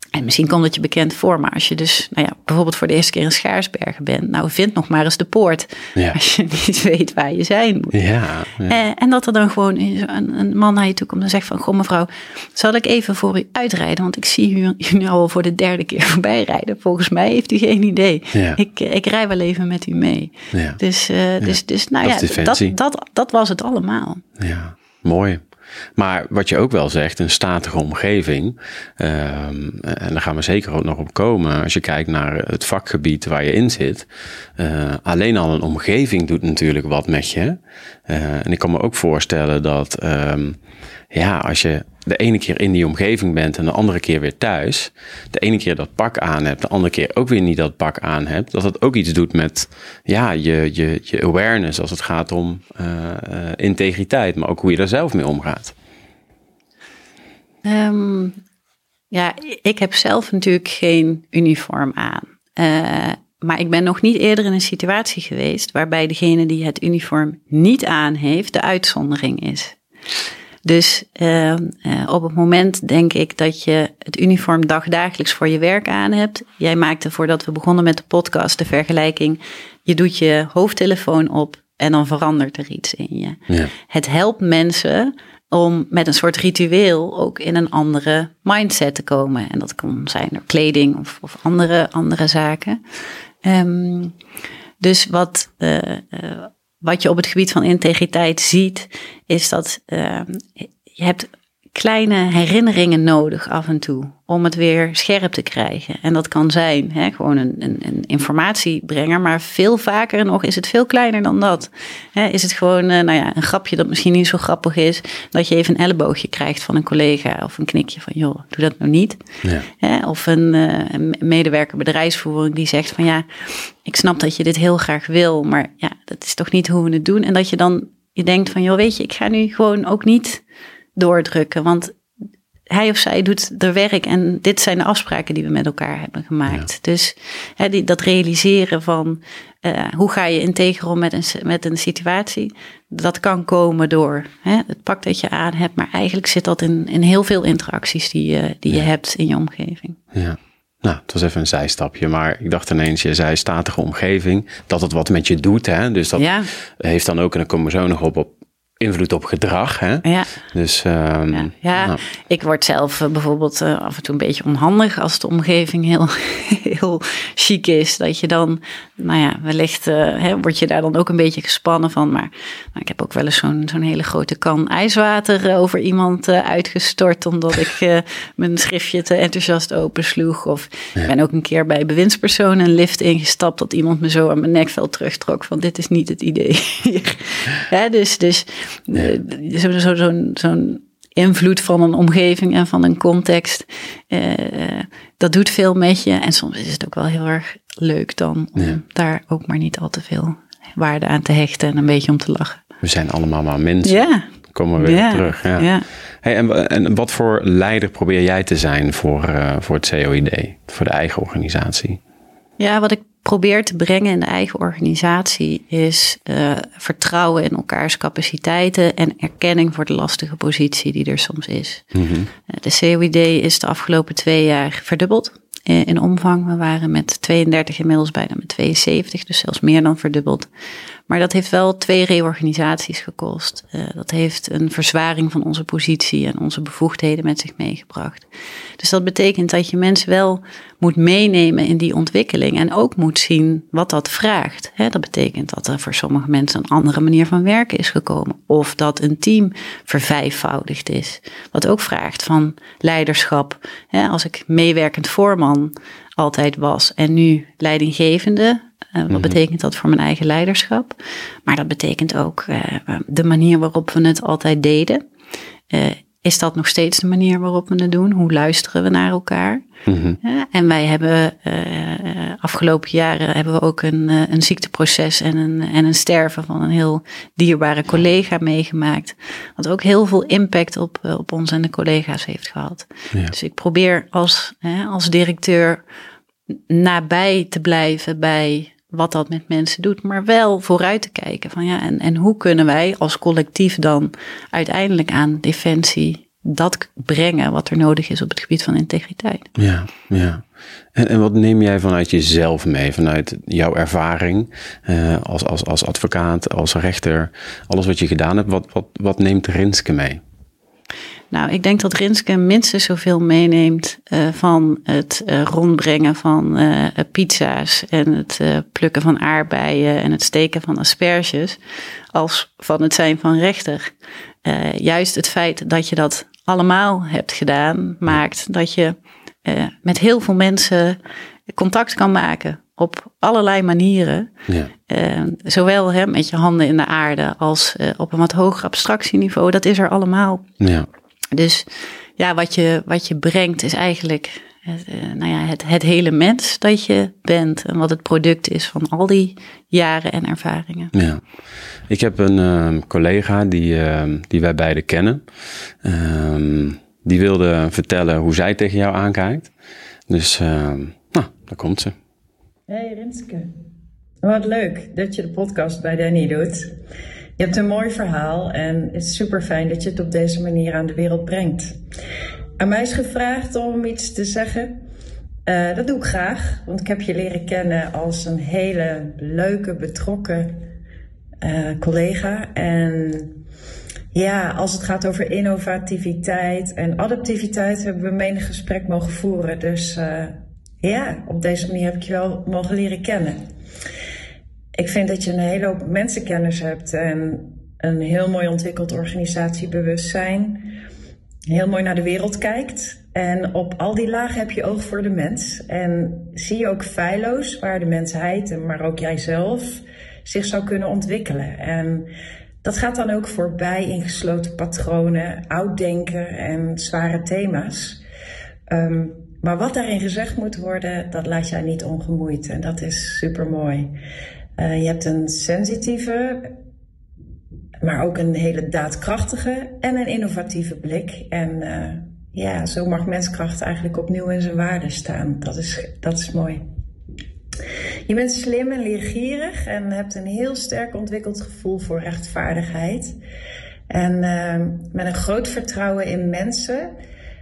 En misschien komt het je bekend voor, maar als je dus nou ja, bijvoorbeeld voor de eerste keer in Schaarsbergen bent, nou vind nog maar eens de poort ja. als je niet weet waar je zijn moet. Ja, ja. En, en dat er dan gewoon een, een man naar je toe komt en zegt van, goh mevrouw, zal ik even voor u uitrijden, want ik zie u, u nu al voor de derde keer voorbij rijden. Volgens mij heeft u geen idee. Ja. Ik, ik rij wel even met u mee. Ja. Dus, uh, dus, ja. dus nou dat ja, dat, dat, dat was het allemaal. Ja, mooi. Maar wat je ook wel zegt, een statige omgeving, um, en daar gaan we zeker ook nog op komen als je kijkt naar het vakgebied waar je in zit. Uh, alleen al een omgeving doet natuurlijk wat met je. Uh, en ik kan me ook voorstellen dat um, ja, als je de ene keer in die omgeving bent en de andere keer weer thuis, de ene keer dat pak aan hebt, de andere keer ook weer niet dat pak aan hebt, dat het ook iets doet met ja, je, je, je awareness als het gaat om uh, uh, integriteit, maar ook hoe je daar zelf mee omgaat. Um, ja, ik heb zelf natuurlijk geen uniform aan. Uh, maar ik ben nog niet eerder in een situatie geweest waarbij degene die het uniform niet aan heeft, de uitzondering is. Dus uh, uh, op het moment denk ik dat je het uniform dagdagelijks voor je werk aan hebt. Jij maakte voordat we begonnen met de podcast de vergelijking. Je doet je hoofdtelefoon op en dan verandert er iets in je. Ja. Het helpt mensen om met een soort ritueel ook in een andere mindset te komen. En dat kan zijn door kleding of, of andere, andere zaken. Um, dus wat... Uh, uh, Wat je op het gebied van integriteit ziet, is dat uh, je hebt kleine herinneringen nodig af en toe om het weer scherp te krijgen. En dat kan zijn hè, gewoon een, een, een informatiebrenger, maar veel vaker nog is het veel kleiner dan dat. Hè, is het gewoon uh, nou ja, een grapje dat misschien niet zo grappig is, dat je even een elleboogje krijgt van een collega of een knikje van joh, doe dat nou niet. Ja. Hè, of een, uh, een medewerker bedrijfsvoering die zegt van ja, ik snap dat je dit heel graag wil, maar ja, dat is toch niet hoe we het doen. En dat je dan je denkt van joh, weet je, ik ga nu gewoon ook niet doordrukken, want hij of zij doet er werk en dit zijn de afspraken die we met elkaar hebben gemaakt. Ja. Dus hè, die, dat realiseren van uh, hoe ga je integer om met een, met een situatie, dat kan komen door hè, het pak dat je aan hebt, maar eigenlijk zit dat in, in heel veel interacties die, uh, die ja. je hebt in je omgeving. Ja. Nou, het was even een zijstapje, maar ik dacht ineens, je zei statige omgeving, dat het wat met je doet. Hè? Dus dat ja. heeft dan ook, en dan komen we zo nog op, op invloed op gedrag. Hè? Ja. Dus, um, ja, ja nou. Ik word zelf uh, bijvoorbeeld uh, af en toe een beetje onhandig als de omgeving heel, heel chic is. Dat je dan, nou ja, wellicht uh, hè, word je daar dan ook een beetje gespannen van. Maar nou, ik heb ook wel eens zo'n, zo'n hele grote kan ijswater uh, over iemand uh, uitgestort, omdat ik uh, mijn schriftje te enthousiast opensloeg. Of ja. ik ben ook een keer bij bewindspersonen een lift ingestapt, dat iemand me zo aan mijn nekvel terugtrok van dit is niet het idee. ja, dus... dus Ja. Zo, zo, zo'n, zo'n invloed van een omgeving en van een context, uh, dat doet veel met je. En soms is het ook wel heel erg leuk dan om ja. daar ook maar niet al te veel waarde aan te hechten en een beetje om te lachen. We zijn allemaal maar mensen. Ja. Komen we weer ja. terug. Ja. Ja. Hey, en, en wat voor leider probeer jij te zijn voor, uh, voor het C O I D, voor de eigen organisatie? Ja, wat ik probeer te brengen in de eigen organisatie is uh, vertrouwen in elkaars capaciteiten en erkenning voor de lastige positie die er soms is. Mm-hmm. Uh, de C O I D is de afgelopen twee jaar verdubbeld in, in omvang. We waren met tweeëndertig inmiddels bijna met tweeënzeventig, dus zelfs meer dan verdubbeld. Maar dat heeft wel twee reorganisaties gekost. Uh, dat heeft een verzwaring van onze positie en onze bevoegdheden met zich meegebracht. Dus dat betekent dat je mensen wel moet meenemen in die ontwikkeling en ook moet zien wat dat vraagt. He, dat betekent dat er voor sommige mensen een andere manier van werken is gekomen. Of dat een team vervijfvoudigd is. Wat ook vraagt van leiderschap. He, als ik meewerkend voorman altijd was en nu leidinggevende, Uh, wat betekent dat voor mijn eigen leiderschap? Maar dat betekent ook uh, de manier waarop we het altijd deden. Uh, is dat nog steeds de manier waarop we het doen? Hoe luisteren we naar elkaar? Mm-hmm. Uh, en wij hebben uh, afgelopen jaren hebben we ook een, uh, een ziekteproces en een, en een sterven van een heel dierbare collega meegemaakt. Wat ook heel veel impact op, uh, op ons en de collega's heeft gehad. Ja. Dus ik probeer als, uh, als directeur nabij te blijven bij wat dat met mensen doet, maar wel vooruit te kijken van ja, en, en hoe kunnen wij als collectief dan uiteindelijk aan defensie dat brengen wat er nodig is op het gebied van integriteit. Ja, ja. En, en wat neem jij vanuit jezelf mee, vanuit jouw ervaring uh, als, als, als advocaat, als rechter, alles wat je gedaan hebt, wat, wat, wat neemt Rinske mee? Nou, ik denk dat Rinske minstens zoveel meeneemt uh, van het uh, rondbrengen van uh, pizza's en het uh, plukken van aardbeien en het steken van asperges, als van het zijn van rechter. Uh, juist het feit dat je dat allemaal hebt gedaan, maakt dat je uh, met heel veel mensen contact kan maken op allerlei manieren. Ja. Uh, zowel hè, met je handen in de aarde als uh, op een wat hoger abstractieniveau. Dat is er allemaal. Ja. Dus ja, wat je, wat je brengt is eigenlijk het, uh, nou ja, het, het hele mens dat je bent. En wat het product is van al die jaren en ervaringen. Ja. Ik heb een uh, collega die, uh, die wij beiden kennen. Uh, die wilde vertellen hoe zij tegen jou aankijkt. Dus uh, nou, daar komt ze. Hey Rinske. Wat leuk dat je de podcast bij Danny doet. Je hebt een mooi verhaal en het is super fijn dat je het op deze manier aan de wereld brengt. Aan mij is gevraagd om iets te zeggen. Uh, dat doe ik graag, want ik heb je leren kennen als een hele leuke, betrokken uh, collega. En ja, als het gaat over innovativiteit en adaptiviteit hebben we menig gesprek mogen voeren. Dus uh, ja, op deze manier heb ik je wel mogen leren kennen. Ik vind dat je een hele hoop mensenkennis hebt en een heel mooi ontwikkeld organisatiebewustzijn. Heel mooi naar de wereld kijkt. En op al die lagen heb je oog voor de mens. En zie je ook feilloos waar de mensheid, maar ook jijzelf, zich zou kunnen ontwikkelen. En dat gaat dan ook voorbij in gesloten patronen, oud denken en zware thema's. Um, maar wat daarin gezegd moet worden, dat laat jij niet ongemoeid. En dat is super mooi. Uh, je hebt een sensitieve, maar ook een hele daadkrachtige en een innovatieve blik. En uh, ja, zo mag menskracht eigenlijk opnieuw in zijn waarde staan. Dat is, dat is mooi. Je bent slim en leergierig en hebt een heel sterk ontwikkeld gevoel voor rechtvaardigheid. En uh, met een groot vertrouwen in mensen.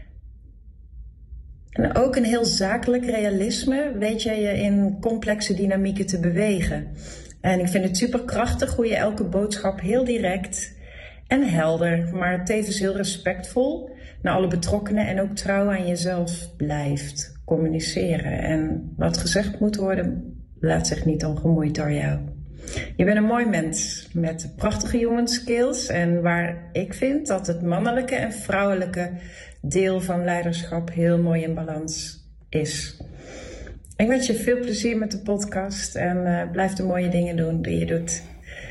En ook een heel zakelijk realisme weet je je in complexe dynamieken te bewegen. En ik vind het super krachtig hoe je elke boodschap heel direct en helder, maar tevens heel respectvol naar alle betrokkenen en ook trouw aan jezelf blijft communiceren. En wat gezegd moet worden, laat zich niet ongemoeid door jou. Je bent een mooi mens met prachtige human skills en waar ik vind dat het mannelijke en vrouwelijke deel van leiderschap heel mooi in balans is. Ik wens je veel plezier met de podcast en uh, blijf de mooie dingen doen die je doet.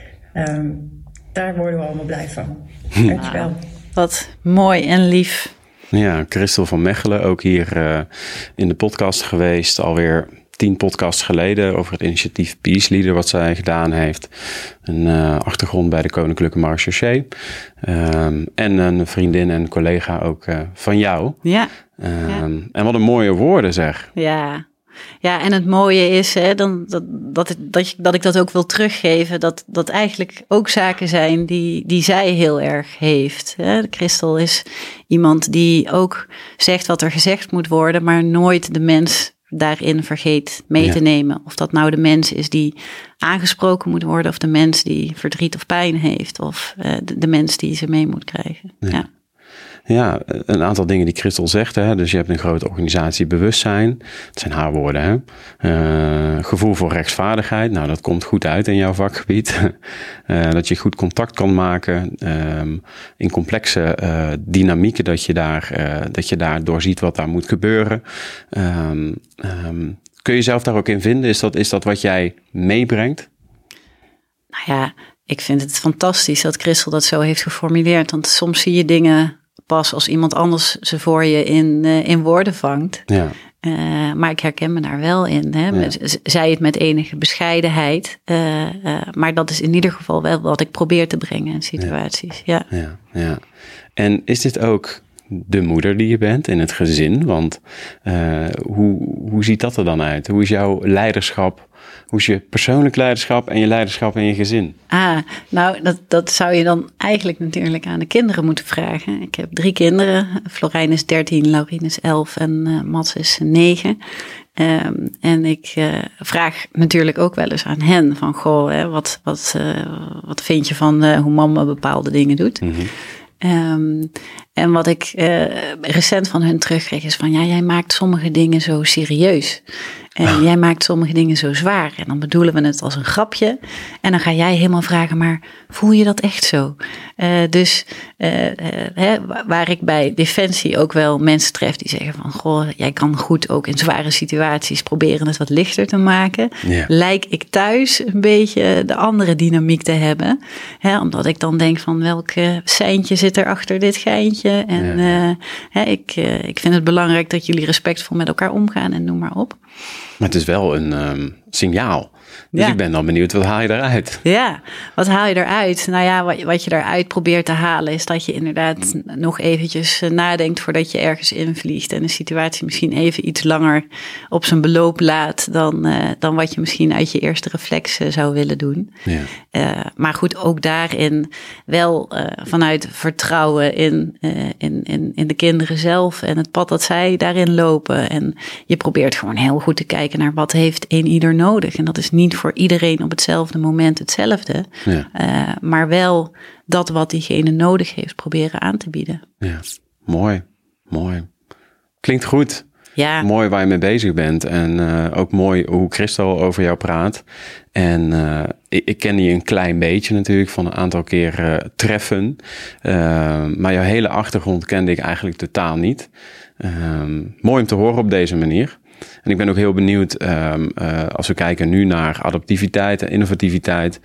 Um, daar worden we allemaal blij van. Dankjewel. Wow, wat mooi en lief. Ja, Christel van Mechelen, ook hier uh, in de podcast geweest, alweer tien podcasts geleden over het initiatief Peace Leader wat zij gedaan heeft. Een uh, achtergrond bij de Koninklijke Marechaussee. Um, en een vriendin en collega ook uh, van jou. Ja. Um, ja. En wat een mooie woorden zeg. Ja. Ja, en het mooie is hè, dan, dat, dat, dat, dat ik dat ook wil teruggeven, dat dat eigenlijk ook zaken zijn die, die zij heel erg heeft. Hè. Christel is iemand die ook zegt wat er gezegd moet worden, maar nooit de mens daarin vergeet mee ja. te nemen. Of dat nou de mens is die aangesproken moet worden, of de mens die verdriet of pijn heeft, of uh, de, de mens die ze mee moet krijgen. Ja. ja. Ja, een aantal dingen die Christel zegt. Hè? Dus je hebt een grote organisatiebewustzijn. Dat zijn haar woorden. Hè? Uh, gevoel voor rechtsvaardigheid. Nou, dat komt goed uit in jouw vakgebied. uh, dat je goed contact kan maken. Um, in complexe uh, dynamieken. Dat je, daar, uh, dat je daar doorziet wat daar moet gebeuren. Um, um, kun je jezelf daar ook in vinden? Is dat, is dat wat jij meebrengt? Nou ja, ik vind het fantastisch dat Christel dat zo heeft geformuleerd. Want soms zie je dingen pas als iemand anders ze voor je in, uh, in woorden vangt. Ja. Uh, maar ik herken me daar wel in. Hè? Ja. Zij het met enige bescheidenheid. Uh, uh, maar dat is in ieder geval wel wat ik probeer te brengen in situaties. Ja. Ja. Ja, ja. En is dit ook de moeder die je bent in het gezin? Want uh, hoe, hoe ziet dat er dan uit? Hoe is jouw leiderschap Hoe is je persoonlijk leiderschap en je leiderschap in je gezin? Ah, nou, dat, dat zou je dan eigenlijk natuurlijk aan de kinderen moeten vragen. Ik heb drie kinderen. Florijn is dertien, Laurien is elf en uh, Mats is negen. Um, en ik uh, vraag natuurlijk ook wel eens aan hen van, goh, hè, wat, wat, uh, wat vind je van uh, hoe mama bepaalde dingen doet? Mm-hmm. Um, en wat ik uh, recent van hun terugkreeg is van, ja, jij maakt sommige dingen zo serieus. En ah. jij maakt sommige dingen zo zwaar. En dan bedoelen we het als een grapje. En dan ga jij helemaal vragen, maar voel je dat echt zo? Uh, dus uh, uh, hè, waar ik bij Defensie ook wel mensen tref die zeggen van, goh, jij kan goed ook in zware situaties proberen het wat lichter te maken. Yeah. Lijk ik thuis een beetje de andere dynamiek te hebben. Hè, omdat ik dan denk van, welk uh, seintje zit er achter dit geintje? En yeah. uh, hè, ik, uh, ik vind het belangrijk dat jullie respectvol met elkaar omgaan en noem maar op. Maar het is wel een um, signaal. Dus ja. ik ben dan benieuwd, wat haal je eruit? Ja, wat haal je eruit? Nou ja, wat, wat je eruit probeert te halen is dat je inderdaad mm. nog eventjes nadenkt voordat je ergens invliegt. En de situatie misschien even iets langer op zijn beloop laat dan, uh, dan wat je misschien uit je eerste reflex uh, zou willen doen. Ja. Uh, maar goed, ook daarin wel uh, vanuit vertrouwen in, uh, in, in, in de kinderen zelf en het pad dat zij daarin lopen. En je probeert gewoon heel goed te kijken naar wat heeft een ieder nodig. En dat is niet voor iedereen op hetzelfde moment hetzelfde. Ja. Uh, maar wel dat wat diegene nodig heeft proberen aan te bieden. Ja, mooi, mooi. Klinkt goed. Ja. Mooi waar je mee bezig bent. En uh, ook mooi hoe Christel over jou praat. En uh, ik, ik ken die een klein beetje natuurlijk van een aantal keer uh, treffen. Uh, maar jouw hele achtergrond kende ik eigenlijk totaal niet. Uh, mooi om te horen op deze manier. En ik ben ook heel benieuwd, um, uh, als we kijken nu naar adaptiviteit en innovativiteit.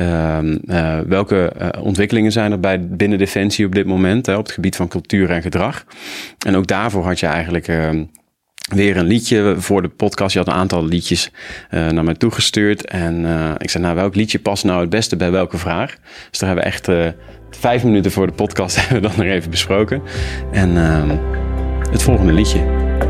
Um, uh, welke uh, ontwikkelingen zijn er bij binnen Defensie op dit moment, hè, op het gebied van cultuur en gedrag. En ook daarvoor had je eigenlijk uh, weer een liedje voor de podcast. Je had een aantal liedjes uh, naar mij toegestuurd. En uh, ik zei, nou, welk liedje past nou het beste bij welke vraag? Dus daar hebben we echt uh, vijf minuten voor de podcast hebben we dan nog even besproken. En uh, het volgende liedje.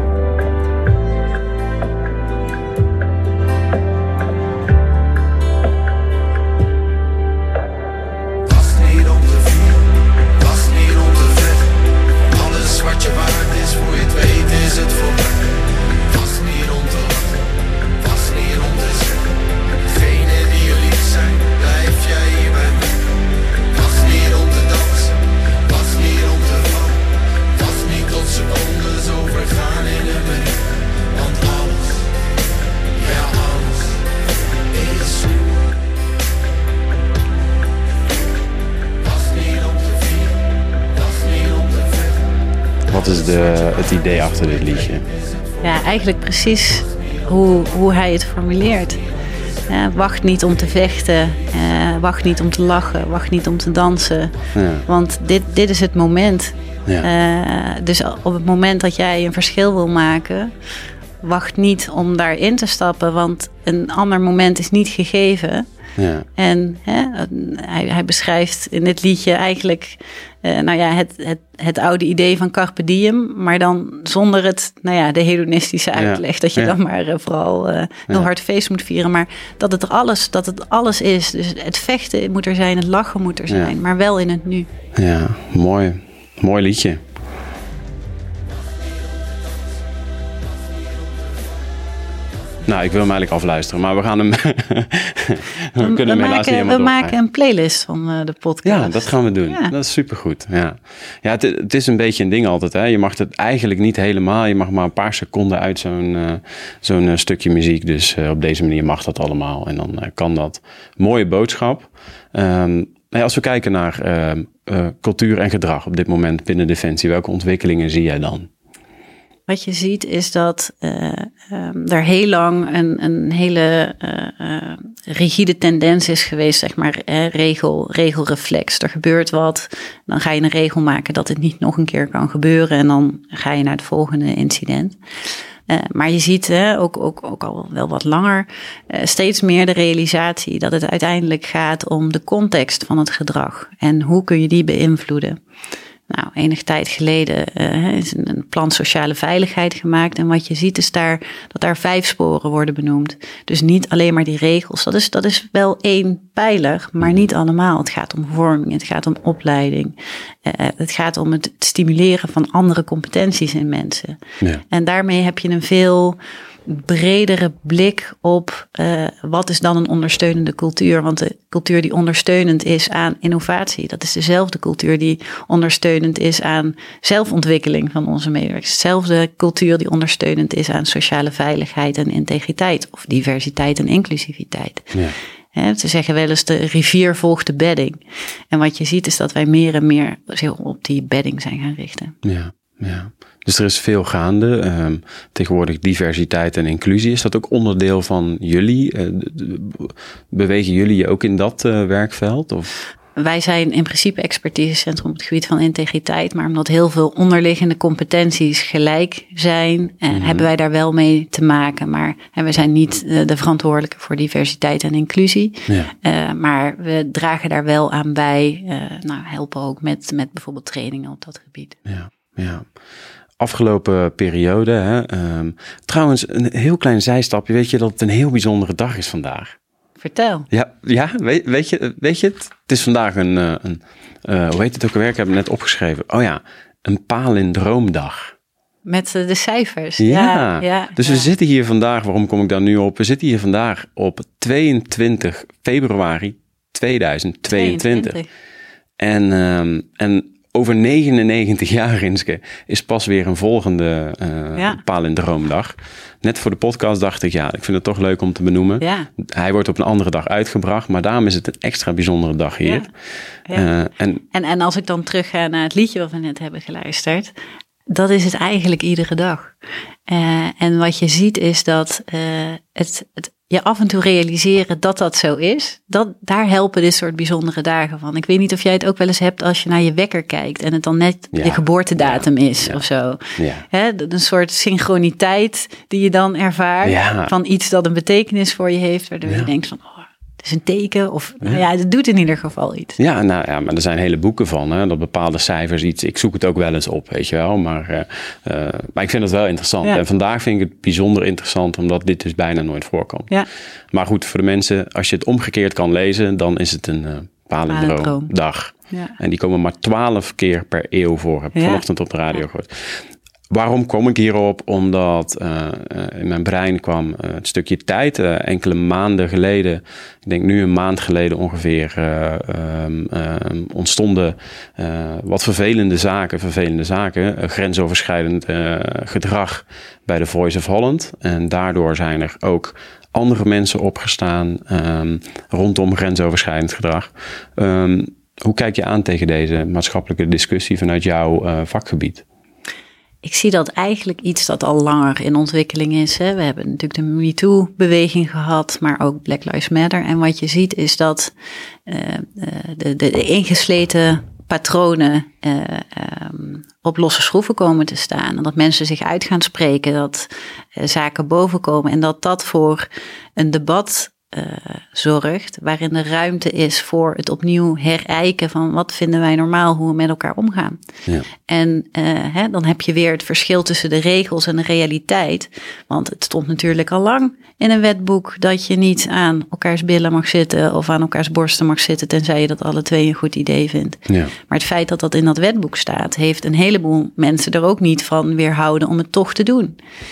Wat is de, het idee achter dit liedje? Ja, eigenlijk precies hoe, hoe hij het formuleert. Uh, wacht niet om te vechten, uh, wacht niet om te lachen, wacht niet om te dansen. Ja. Want dit, dit is het moment. Ja. Uh, dus op het moment dat jij een verschil wil maken, wacht niet om daarin te stappen, want een ander moment is niet gegeven. Ja. En hè, hij, hij beschrijft in dit liedje eigenlijk uh, nou ja, het, het, het oude idee van carpe diem, maar dan zonder het, nou ja, de hedonistische uitleg. Ja. Dat je ja. dan maar uh, vooral uh, heel ja. hard feest moet vieren. Maar dat het, er alles, dat het alles is. Dus het vechten moet er zijn, het lachen moet er zijn, ja. maar wel in het nu. Ja, mooi. Mooi liedje. Nou, ik wil hem eigenlijk afluisteren, maar we gaan hem... we, we kunnen hem helaas maken, niet helemaal We maken een playlist van uh, de podcast. Ja, dat gaan we doen. Ja. Dat is supergoed. Ja, ja het, het is een beetje een ding altijd. Hè. Je mag het eigenlijk niet helemaal. Je mag maar een paar seconden uit zo'n, uh, zo'n uh, stukje muziek. Dus uh, op deze manier mag dat allemaal. En dan uh, kan dat. Mooie boodschap. Um, als we kijken naar uh, uh, cultuur en gedrag op dit moment binnen Defensie. Welke ontwikkelingen zie jij dan? Wat je ziet is dat uh, um, er heel lang een, een hele uh, uh, rigide tendens is geweest, zeg maar, eh, regel, regelreflex. Er gebeurt wat, dan ga je een regel maken dat het niet nog een keer kan gebeuren en dan ga je naar het volgende incident. Uh, maar je ziet uh, ook, ook, ook al wel wat langer uh, steeds meer de realisatie dat het uiteindelijk gaat om de context van het gedrag en hoe kun je die beïnvloeden. Nou, enige tijd geleden uh, is een, een plan sociale veiligheid gemaakt. En wat je ziet is daar dat daar vijf sporen worden benoemd. Dus niet alleen maar die regels. Dat is, dat is wel één pijler, maar niet allemaal. Het gaat om vorming, het gaat om opleiding. Uh, het gaat om het stimuleren van andere competenties in mensen. Ja. En daarmee heb je een veel bredere blik op uh, wat is dan een ondersteunende cultuur. Want de cultuur die ondersteunend is aan innovatie, dat is dezelfde cultuur die ondersteunend is aan zelfontwikkeling van onze medewerkers. Dezelfde cultuur die ondersteunend is aan sociale veiligheid en integriteit of diversiteit en inclusiviteit. Ja. He, ze zeggen wel eens de rivier volgt de bedding. En wat je ziet is dat wij meer en meer op die bedding zijn gaan richten. Ja, ja. Dus er is veel gaande. Um, tegenwoordig diversiteit en inclusie. Is dat ook onderdeel van jullie? Uh, bewegen jullie je ook in dat uh, werkveld? Of? Wij zijn in principe expertisecentrum op het gebied van integriteit. Maar omdat heel veel onderliggende competenties gelijk zijn, eh, mm-hmm. hebben wij daar wel mee te maken. Maar en we zijn niet uh, de verantwoordelijke voor diversiteit en inclusie. Ja. Uh, maar we dragen daar wel aan bij. Uh, nou, helpen ook met, met bijvoorbeeld trainingen op dat gebied. Ja, ja. Afgelopen periode. Hè, um, trouwens, een heel klein zijstapje. Weet je dat het een heel bijzondere dag is vandaag? Vertel. Ja, ja weet, weet, je, weet je het? Het is vandaag een, een uh, hoe heet het ook alweer? Ik heb het net opgeschreven. Oh ja, een palindroomdag. Met de cijfers. Ja, ja, ja dus ja. we zitten hier vandaag, waarom kom ik daar nu op? We zitten hier vandaag op tweeëntwintig februari tweeduizend tweeëntwintig. tweeëntwintig. En, um, en over negenennegentig jaar, Rinske, is pas weer een volgende uh, ja. palindroomdag. Net voor de podcast dacht ik, ja, ik vind het toch leuk om te benoemen. Ja. Hij wordt op een andere dag uitgebracht, maar daarom is het een extra bijzondere dag hier. Ja. Ja. Uh, en, en, en als ik dan terug ga naar het liedje wat we net hebben geluisterd, dat is het eigenlijk iedere dag. Uh, en wat je ziet is dat uh, het, het je af en toe realiseren dat dat zo is, dat, daar helpen dit soort bijzondere dagen van. Ik weet niet of jij het ook wel eens hebt als je naar je wekker kijkt en het dan net ja. je geboortedatum ja. is ja. of zo. Ja. He, een soort synchroniteit die je dan ervaart ja. van iets dat een betekenis voor je heeft, waardoor ja. je denkt van, oh, het is een teken of ja. Nou ja, het doet in ieder geval iets. Ja, nou ja, maar er zijn hele boeken van, hè, dat bepaalde cijfers iets. Ik zoek het ook wel eens op, weet je wel, maar, uh, uh, maar ik vind het wel interessant. Ja. En vandaag vind ik het bijzonder interessant, omdat dit dus bijna nooit voorkomt. Ja. Maar goed, voor de mensen, als je het omgekeerd kan lezen, dan is het een uh, palindroomdag. Ja. En die komen maar twaalf keer per eeuw voor. Heb ik ja. vanochtend op de radio ja. gehoord. Waarom kom ik hierop? Omdat uh, in mijn brein kwam uh, het stukje tijd. Uh, enkele maanden geleden, ik denk nu een maand geleden ongeveer, uh, um, um, ontstonden uh, wat vervelende zaken, vervelende zaken, uh, grensoverschrijdend uh, gedrag bij de Voice of Holland. En daardoor zijn er ook andere mensen opgestaan um, rondom grensoverschrijdend gedrag. Um, hoe kijk je aan tegen deze maatschappelijke discussie vanuit jouw uh, vakgebied? Ik zie dat eigenlijk iets dat al langer in ontwikkeling is. Hè. We hebben natuurlijk de MeToo-beweging gehad, maar ook Black Lives Matter. En wat je ziet is dat uh, de, de, de ingesleten patronen uh, um, op losse schroeven komen te staan. En dat mensen zich uit gaan spreken, dat uh, zaken bovenkomen. En dat dat voor een debat Uh, zorgt, waarin er ruimte is voor het opnieuw herijken van wat vinden wij normaal, hoe we met elkaar omgaan. Ja. En uh, hè, dan heb je weer het verschil tussen de regels en de realiteit. Want het stond natuurlijk al lang in een wetboek dat je niet aan elkaars billen mag zitten of aan elkaars borsten mag zitten, tenzij je dat alle twee een goed idee vindt. Ja. Maar het feit dat dat in dat wetboek staat, heeft een heleboel mensen er ook niet van weerhouden om het toch te doen.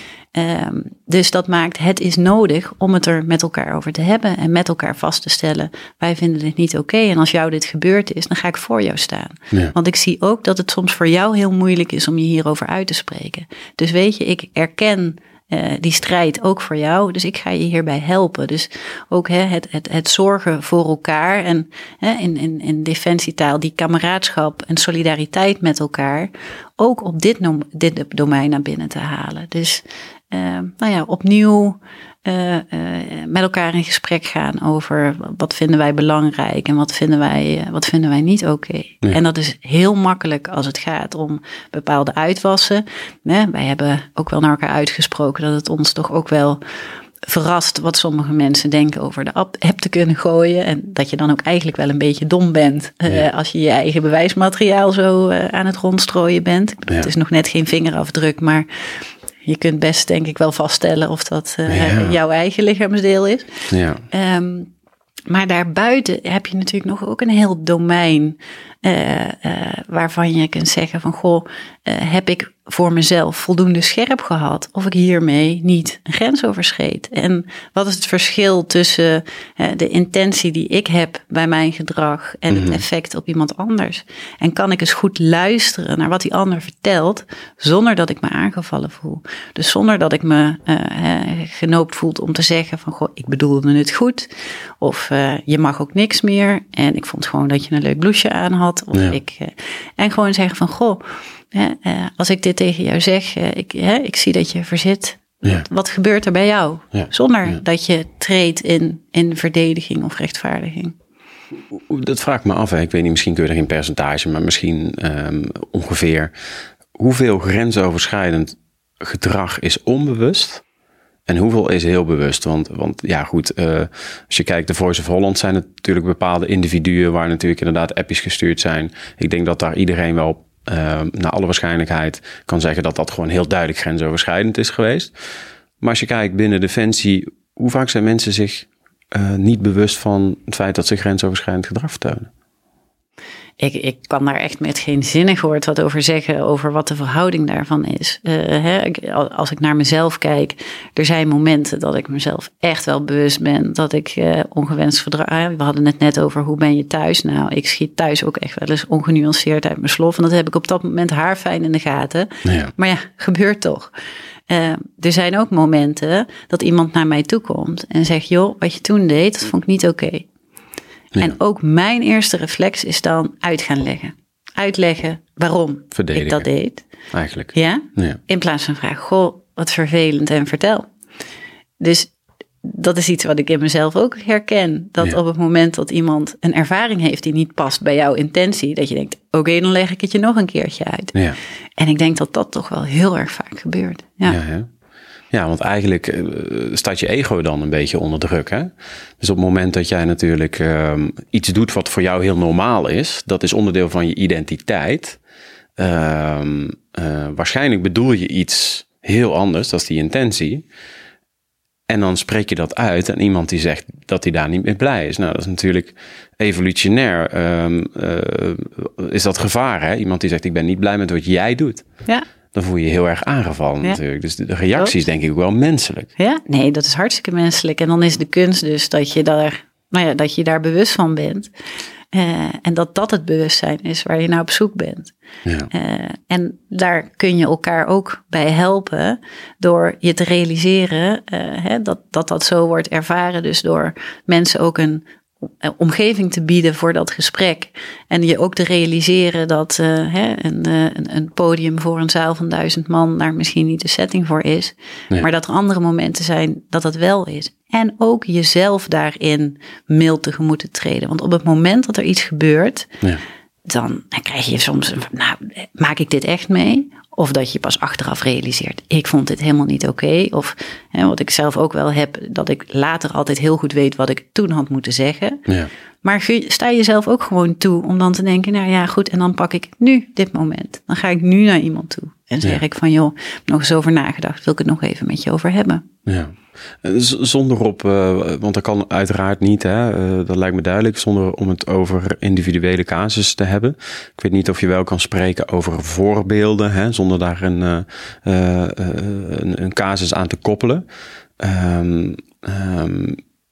Um, dus dat maakt het is nodig om het er met elkaar over te hebben en met elkaar vast te stellen. Wij vinden dit niet oké okay, en als jou dit gebeurd is, dan ga ik voor jou staan. Ja. Want ik zie ook dat het soms voor jou heel moeilijk is om je hierover uit te spreken. Dus weet je, ik erken uh, die strijd ook voor jou, dus ik ga je hierbij helpen. Dus ook hè, het, het, het zorgen voor elkaar en hè, in, in, in defensietaal die kameraadschap en solidariteit met elkaar ook op dit, nom- dit domein naar binnen te halen. Dus Uh, nou ja, opnieuw uh, uh, met elkaar in gesprek gaan over wat vinden wij belangrijk en wat vinden wij, uh, wat vinden wij niet oké. Okay. Ja. En dat is heel makkelijk als het gaat om bepaalde uitwassen. Nee, wij hebben ook wel naar elkaar uitgesproken dat het ons toch ook wel verrast wat sommige mensen denken over de app, app te kunnen gooien. En dat je dan ook eigenlijk wel een beetje dom bent ja. uh, als je je eigen bewijsmateriaal zo uh, aan het rondstrooien bent. Ja. Het is nog net geen vingerafdruk, maar je kunt best denk ik wel vaststellen of dat uh, ja. jouw eigen lichaamsdeel is. Ja. Um, maar daarbuiten heb je natuurlijk nog ook een heel domein uh, uh, waarvan je kunt zeggen van goh, uh, heb ik voor mezelf voldoende scherp gehad of ik hiermee niet een grens overschreed? En wat is het verschil tussen uh, de intentie die ik heb bij mijn gedrag en mm-hmm. het effect op iemand anders? En kan ik eens goed luisteren naar wat die ander vertelt zonder dat ik me aangevallen voel? Dus zonder dat ik me uh, uh, genoopt voel om te zeggen van goh, ik bedoelde het goed of uh, je mag ook niks meer en ik vond gewoon dat je een leuk blouseje aan had. Of ja. ik, uh, en gewoon zeggen van goh, Ja, uh, als ik dit tegen jou zeg, uh, ik, uh, ik zie dat je verzit. Ja. Wat, wat gebeurt er bij jou? Ja. Zonder ja. dat je treedt in, in verdediging of rechtvaardiging. Dat vraag ik me af. Hè. Ik weet niet, misschien kun je er geen percentage, maar misschien um, ongeveer. Hoeveel grensoverschrijdend gedrag is onbewust? En hoeveel is heel bewust? Want, want ja goed, uh, als je kijkt, de Voice of Holland zijn het natuurlijk bepaalde individuen waar natuurlijk inderdaad appjes gestuurd zijn. Ik denk dat daar iedereen wel Uh, naar alle waarschijnlijkheid kan zeggen dat dat gewoon heel duidelijk grensoverschrijdend is geweest. Maar als je kijkt binnen Defensie, hoe vaak zijn mensen zich uh, niet bewust van het feit dat ze grensoverschrijdend gedrag vertonen? Ik, ik kan daar echt met geen zinnig woord wat over zeggen over wat de verhouding daarvan is. Uh, hè, als ik naar mezelf kijk, er zijn momenten dat ik mezelf echt wel bewust ben dat ik uh, ongewenst gedrag. We hadden het net over hoe ben je thuis? Nou, ik schiet thuis ook echt wel eens ongenuanceerd uit mijn slof. En dat heb ik op dat moment haarfijn in de gaten. Ja. Maar ja, gebeurt toch. Uh, er zijn ook momenten dat iemand naar mij toe komt en zegt, joh, wat je toen deed, dat vond ik niet oké. Okay. Ja. En ook mijn eerste reflex is dan uit gaan leggen. Uitleggen waarom ik dat deed. Eigenlijk. Ja? ja? In plaats van vragen, goh, wat vervelend en vertel. Dus dat is iets wat ik in mezelf ook herken. Dat ja. op het moment dat iemand een ervaring heeft die niet past bij jouw intentie, dat je denkt, oké, okay, dan leg ik het je nog een keertje uit. Ja. En ik denk dat dat toch wel heel erg vaak gebeurt. Ja, ja, ja. Ja, want eigenlijk uh, staat je ego dan een beetje onder druk. Hè? Dus op het moment dat jij natuurlijk uh, iets doet wat voor jou heel normaal is, dat is onderdeel van je identiteit. Uh, uh, waarschijnlijk bedoel je iets heel anders, dat is die intentie. En dan spreek je dat uit en iemand die zegt dat hij daar niet mee blij is. Nou, dat is natuurlijk evolutionair. Uh, uh, is dat gevaar, hè? Iemand die zegt, ik ben niet blij met wat jij doet. Ja. Dan voel je je heel erg aangevallen ja. natuurlijk. Dus de, de reactie is denk ik ook wel menselijk. Ja, nee, dat is hartstikke menselijk. En dan is de kunst dus dat je daar, nou ja, dat je daar bewust van bent. Uh, en dat dat het bewustzijn is waar je naar op zoek bent. Ja. Uh, en daar kun je elkaar ook bij helpen door je te realiseren uh, hè, dat, dat dat zo wordt ervaren. Dus door mensen ook een omgeving te bieden voor dat gesprek. En je ook te realiseren dat uh, hè, een, een, een podium voor een zaal van duizend man daar misschien niet de setting voor is. Nee. Maar dat er andere momenten zijn dat dat wel is. En ook jezelf daarin mild tegemoet te treden. Want op het moment dat er iets gebeurt, ja. dan, dan krijg je soms, nou, maak ik dit echt mee? Of dat je pas achteraf realiseert, ik vond dit helemaal niet oké. Okay. Of hè, wat ik zelf ook wel heb, dat ik later altijd heel goed weet wat ik toen had moeten zeggen. Ja. Maar sta jezelf ook gewoon toe om dan te denken, nou ja goed, en dan pak ik nu dit moment. Dan ga ik nu naar iemand toe en zeg ja. ik van joh, nog eens over nagedacht, wil ik het nog even met je over hebben. Ja. Zonder op, uh, want dat kan uiteraard niet, hè, uh, dat lijkt me duidelijk, zonder om het over individuele casus te hebben. Ik weet niet of je wel kan spreken over voorbeelden, hè, zonder daar een, uh, uh, een, een casus aan te koppelen. Um, um,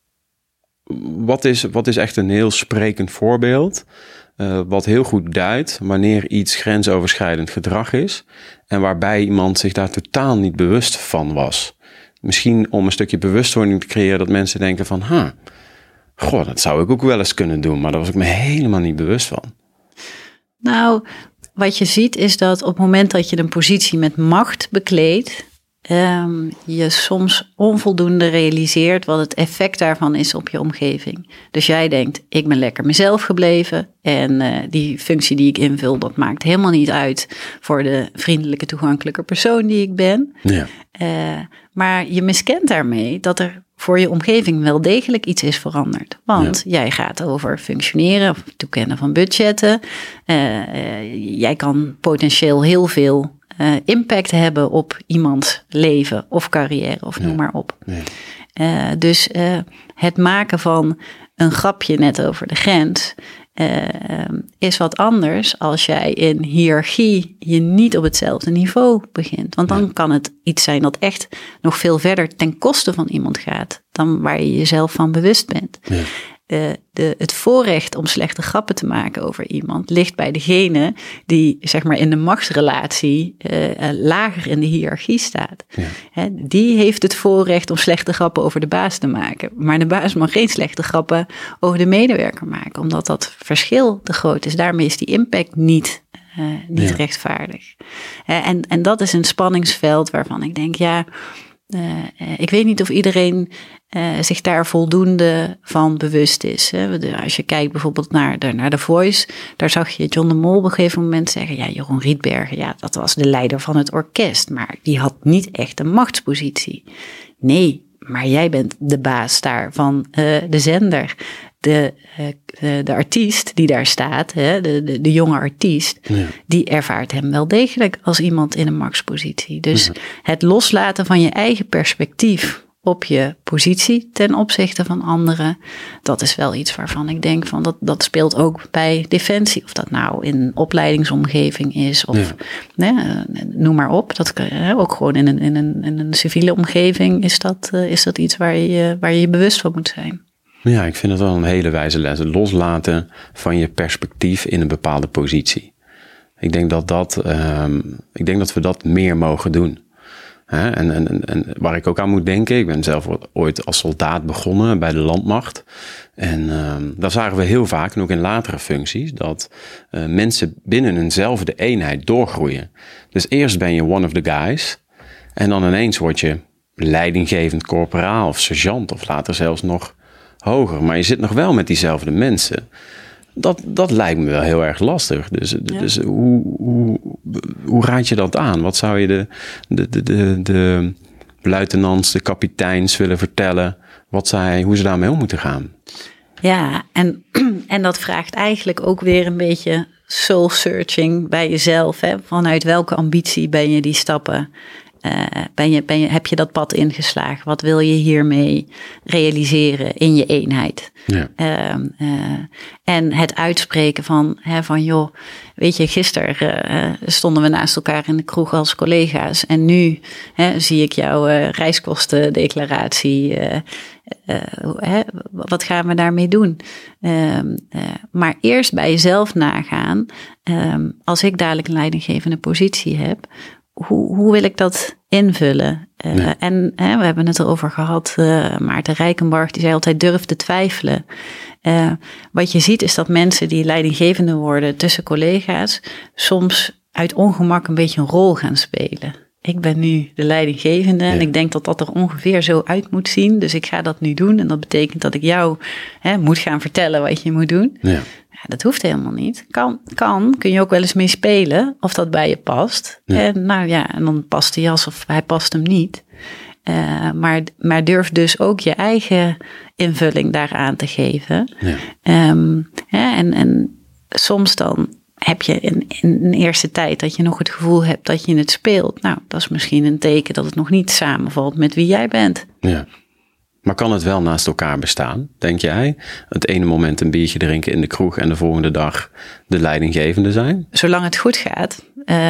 wat, is, wat is echt een heel sprekend voorbeeld, uh, wat heel goed duidt wanneer iets grensoverschrijdend gedrag is en waarbij iemand zich daar totaal niet bewust van was? Misschien om een stukje bewustwording te creëren dat mensen denken van, huh, goh, dat zou ik ook wel eens kunnen doen, maar daar was ik me helemaal niet bewust van. Nou, wat je ziet is dat op het moment dat je een positie met macht bekleedt, um, je soms onvoldoende realiseert wat het effect daarvan is op je omgeving. Dus jij denkt, ik ben lekker mezelf gebleven en uh, die functie die ik invul, dat maakt helemaal niet uit voor de vriendelijke, toegankelijke persoon die ik ben. Ja. Uh, maar je miskent daarmee dat er voor je omgeving wel degelijk iets is veranderd. Want ja. jij gaat over functioneren of toekennen van budgetten. Uh, uh, jij kan potentieel heel veel uh, impact hebben op iemands leven of carrière of ja. noem maar op. Ja. Uh, dus uh, het maken van een grapje net over de grens uh, is wat anders als jij in hiërarchie je niet op hetzelfde niveau begint. Want dan ja. kan het iets zijn dat echt nog veel verder ten koste van iemand gaat dan waar je jezelf van bewust bent. Ja. De, de, het voorrecht om slechte grappen te maken over iemand ligt bij degene die zeg maar in de machtsrelatie uh, uh, lager in de hiërarchie staat. Ja. He, die heeft het voorrecht om slechte grappen over de baas te maken. Maar de baas mag geen slechte grappen over de medewerker maken, omdat dat verschil te groot is. Daarmee is die impact niet, uh, niet ja. rechtvaardig. Uh, en, en dat is een spanningsveld waarvan ik denk, ja, uh, ik weet niet of iedereen Uh, zich daar voldoende van bewust is. Hè. Als je kijkt bijvoorbeeld naar de, naar The Voice, daar zag je John de Mol op een gegeven moment zeggen, ja, Jeroen Rietbergen, ja, dat was de leider van het orkest, maar die had niet echt een machtspositie. Nee, maar jij bent de baas daar van uh, de zender. De, uh, de, de artiest die daar staat, hè, de, de, de jonge artiest, ja. die ervaart hem wel degelijk als iemand in een machtspositie. Dus ja. het loslaten van je eigen perspectief op je positie ten opzichte van anderen, dat is wel iets waarvan ik denk van dat, dat speelt ook bij Defensie. Of dat nou in een opleidingsomgeving is of ja. nee, noem maar op. Dat hè, ook gewoon in een, in, een, in een civiele omgeving is dat, uh, is dat iets waar je, waar je je bewust van moet zijn. Ja, ik vind het wel een hele wijze les. Het loslaten van je perspectief in een bepaalde positie. Ik denk dat, dat, um, ik denk dat we dat meer mogen doen. He, en, en, en waar ik ook aan moet denken, ik ben zelf ooit als soldaat begonnen bij de landmacht. En uh, daar zagen we heel vaak, en ook in latere functies, dat uh, mensen binnen eenzelfde eenheid doorgroeien. Dus eerst ben je one of the guys en dan ineens word je leidinggevend korporaal of sergeant of later zelfs nog hoger. Maar je zit nog wel met diezelfde mensen. Dat, dat lijkt me wel heel erg lastig. Dus, ja. dus hoe, hoe, hoe raad je dat aan? Wat zou je de, de, de, de, de luitenants, de kapiteins willen vertellen? Wat zij, hoe ze daarmee om moeten gaan? Ja, en, en dat vraagt eigenlijk ook weer een beetje soul searching bij jezelf. Hè? Vanuit welke ambitie ben je die stappen? Uh, ben je, ben je, heb je dat pad ingeslagen? Wat wil je hiermee realiseren in je eenheid? Ja. Uh, uh, en het uitspreken van, hè, van joh, weet je, gisteren uh, stonden we naast elkaar in de kroeg als collega's. En nu hè, zie ik jouw uh, reiskostendeclaratie. Uh, uh, hè, wat gaan we daarmee doen? Uh, uh, maar eerst bij jezelf nagaan. Uh, als ik dadelijk een leidinggevende positie heb, Hoe, hoe wil ik dat invullen? Uh, ja. En hè, we hebben het erover gehad, uh, Maarten Rijkenbarg, die zei altijd durf te twijfelen. Uh, wat je ziet is dat mensen die leidinggevende worden tussen collega's soms uit ongemak een beetje een rol gaan spelen. Ik ben nu de leidinggevende ja. en ik denk dat dat er ongeveer zo uit moet zien. Dus ik ga dat nu doen en dat betekent dat ik jou hè, moet gaan vertellen wat je moet doen. Ja. Ja, dat hoeft helemaal niet. Kan, kan, kun je ook wel eens mee spelen of dat bij je past. Ja. En, nou ja, en dan past hij jas of hij past hem niet. Uh, maar, maar durf dus ook je eigen invulling daaraan te geven. Ja. Um, ja, en, en soms dan heb je in, in een eerste tijd dat je nog het gevoel hebt dat je het speelt. Nou, dat is misschien een teken dat het nog niet samenvalt met wie jij bent. Ja. Maar kan het wel naast elkaar bestaan, denk jij? Het ene moment een biertje drinken in de kroeg en de volgende dag de leidinggevende zijn? Zolang het goed gaat,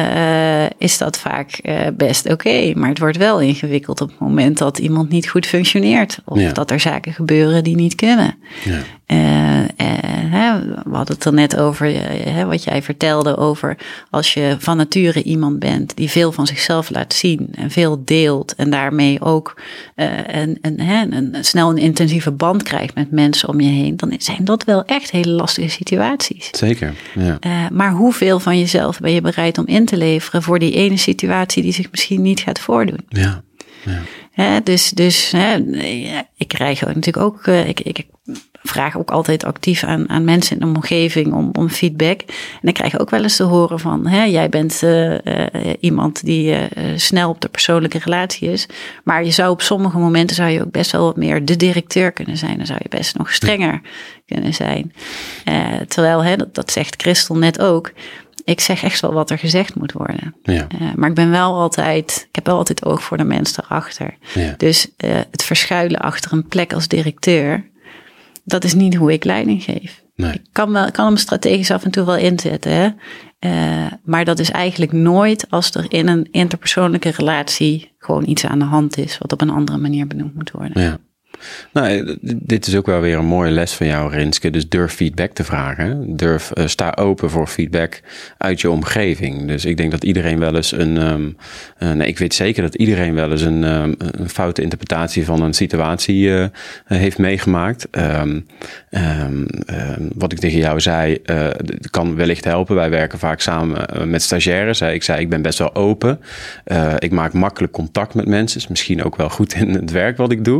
uh, is dat vaak uh, best oké. Okay. Maar het wordt wel ingewikkeld op het moment dat iemand niet goed functioneert. Of ja. dat er zaken gebeuren die niet kunnen. Ja. Uh, uh, hè, we hadden het er net over, uh, hè, wat jij vertelde over als je van nature iemand bent die veel van zichzelf laat zien en veel deelt en daarmee ook uh, een, een, hè, een, snel een intensieve band krijgt met mensen om je heen, dan zijn dat wel echt hele lastige situaties. Zeker, ja. Uh, maar hoeveel van jezelf ben je bereid om in te leveren voor die ene situatie die zich misschien niet gaat voordoen? Ja, ja. Hè, dus dus hè, ik krijg natuurlijk ook, uh, ik, ik vraag ook altijd actief aan, aan mensen in de omgeving om, om feedback. En dan krijg je ook wel eens te horen van, hè, jij bent uh, uh, iemand die uh, snel op de persoonlijke relatie is. Maar je zou op sommige momenten zou je ook best wel wat meer de directeur kunnen zijn. Dan zou je best nog strenger kunnen zijn. Uh, terwijl, hè, dat, dat zegt Christel net ook. Ik zeg echt wel wat er gezegd moet worden. Ja. Uh, maar ik ben wel altijd, ik heb wel altijd oog voor de mens daarachter. Ja. Dus uh, het verschuilen achter een plek als directeur, dat is niet hoe ik leiding geef. Nee. Ik kan, wel, kan hem strategisch af en toe wel inzetten. Hè? Uh, maar dat is eigenlijk nooit als er in een interpersoonlijke relatie gewoon iets aan de hand is, wat op een andere manier benoemd moet worden. Ja. Nou, dit is ook wel weer een mooie les van jou, Rinske. Dus durf feedback te vragen. Durf, uh, sta open voor feedback uit je omgeving. Dus ik denk dat iedereen wel eens een... Um, uh, nee, ik weet zeker dat iedereen wel eens een, um, een foute interpretatie van een situatie uh, heeft meegemaakt. Um, um, um, wat ik tegen jou zei, uh, kan wellicht helpen. Wij werken vaak samen uh, met stagiaires. Hè. Ik zei, ik ben best wel open. Uh, ik maak makkelijk contact met mensen. Is misschien ook wel goed in het werk wat ik doe.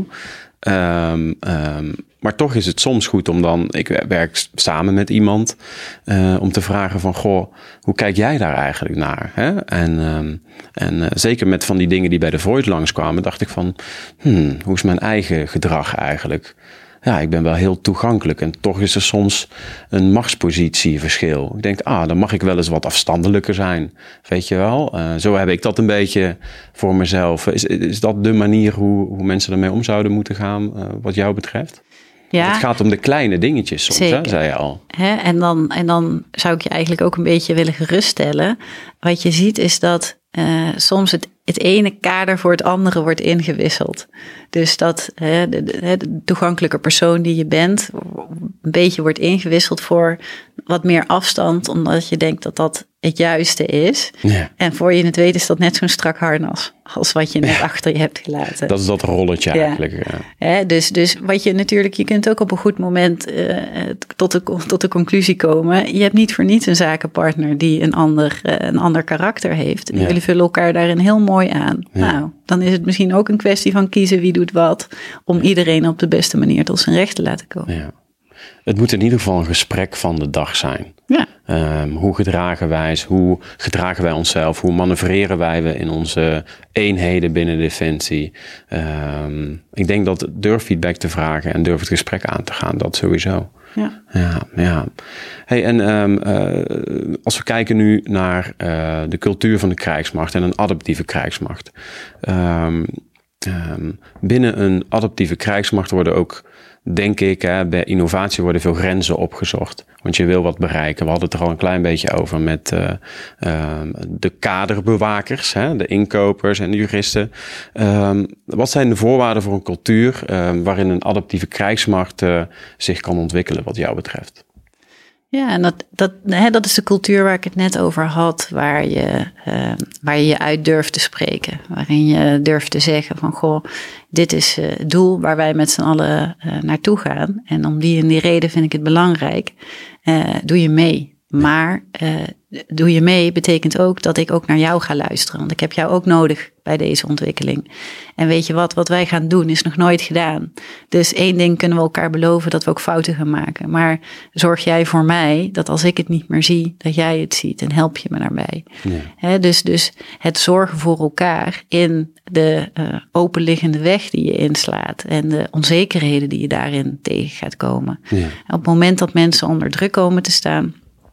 Um, um, maar toch is het soms goed om dan, ik werk samen met iemand, uh, om te vragen van, goh, hoe kijk jij daar eigenlijk naar? Hè? En, um, en uh, zeker met van die dingen die bij de Void langskwamen, dacht ik van, hmm, hoe is mijn eigen gedrag eigenlijk? Ja, ik ben wel heel toegankelijk en toch is er soms een machtspositieverschil. Ik denk, ah, dan mag ik wel eens wat afstandelijker zijn, weet je wel. Uh, zo heb ik dat een beetje voor mezelf. Is, is dat de manier hoe, hoe mensen ermee om zouden moeten gaan, uh, wat jou betreft? Ja, het gaat om de kleine dingetjes soms, hè, zei je al. Hè, en, dan, en dan zou ik je eigenlijk ook een beetje willen geruststellen. Wat je ziet is dat uh, soms het, het ene kader voor het andere wordt ingewisseld. Dus dat hè, de, de, de toegankelijke persoon die je bent een beetje wordt ingewisseld voor wat meer afstand, omdat je denkt dat dat het juiste is. Ja. En voor je het weet is dat net zo'n strak harnas als wat je net ja. achter je hebt gelaten. Dat is dat rolletje ja. eigenlijk. Ja. Hè, dus, dus wat je natuurlijk, je kunt ook op een goed moment uh, tot, de, tot de conclusie komen. Je hebt niet voor niets een zakenpartner die een ander, uh, een ander karakter heeft. En ja. jullie vullen elkaar daarin heel mooi aan. Ja. Nou, dan is het misschien ook een kwestie van kiezen wie doet wat, om iedereen op de beste manier tot zijn recht te laten komen. Ja. Het moet in ieder geval een gesprek van de dag zijn. Ja. Um, hoe gedragen wij, hoe gedragen wij onszelf? Hoe manoeuvreren wij we in onze eenheden binnen Defensie? Um, ik denk dat durf feedback te vragen en durf het gesprek aan te gaan, dat sowieso. Ja, ja. ja. Hey, en um, uh, als we kijken nu naar uh, de cultuur van de krijgsmacht en een adaptieve krijgsmacht. Um, um, binnen een adaptieve krijgsmacht worden ook, denk ik, hè, bij innovatie worden veel grenzen opgezocht. Want je wil wat bereiken. We hadden het er al een klein beetje over met uh, uh, de kaderbewakers, hè, de inkopers en de juristen. Um, wat zijn de voorwaarden voor een cultuur uh, waarin een adaptieve krijgsmacht uh, zich kan ontwikkelen wat jou betreft? Ja, en dat, dat, hè, dat is de cultuur waar ik het net over had, waar je, uh, waar je je uit durft te spreken. Waarin je durft te zeggen van, goh, dit is uh, het doel waar wij met z'n allen uh, naartoe gaan. En om die en die reden vind ik het belangrijk. Uh, doe je mee. Maar uh, doe je mee betekent ook dat ik ook naar jou ga luisteren. Want ik heb jou ook nodig bij deze ontwikkeling. En weet je wat, wat wij gaan doen is nog nooit gedaan. Dus één ding kunnen we elkaar beloven, dat we ook fouten gaan maken. Maar zorg jij voor mij dat als ik het niet meer zie, dat jij het ziet en help je me daarbij. Ja. He, dus, dus het zorgen voor elkaar in de uh, openliggende weg die je inslaat en de onzekerheden die je daarin tegen gaat komen. Ja. Op het moment dat mensen onder druk komen te staan,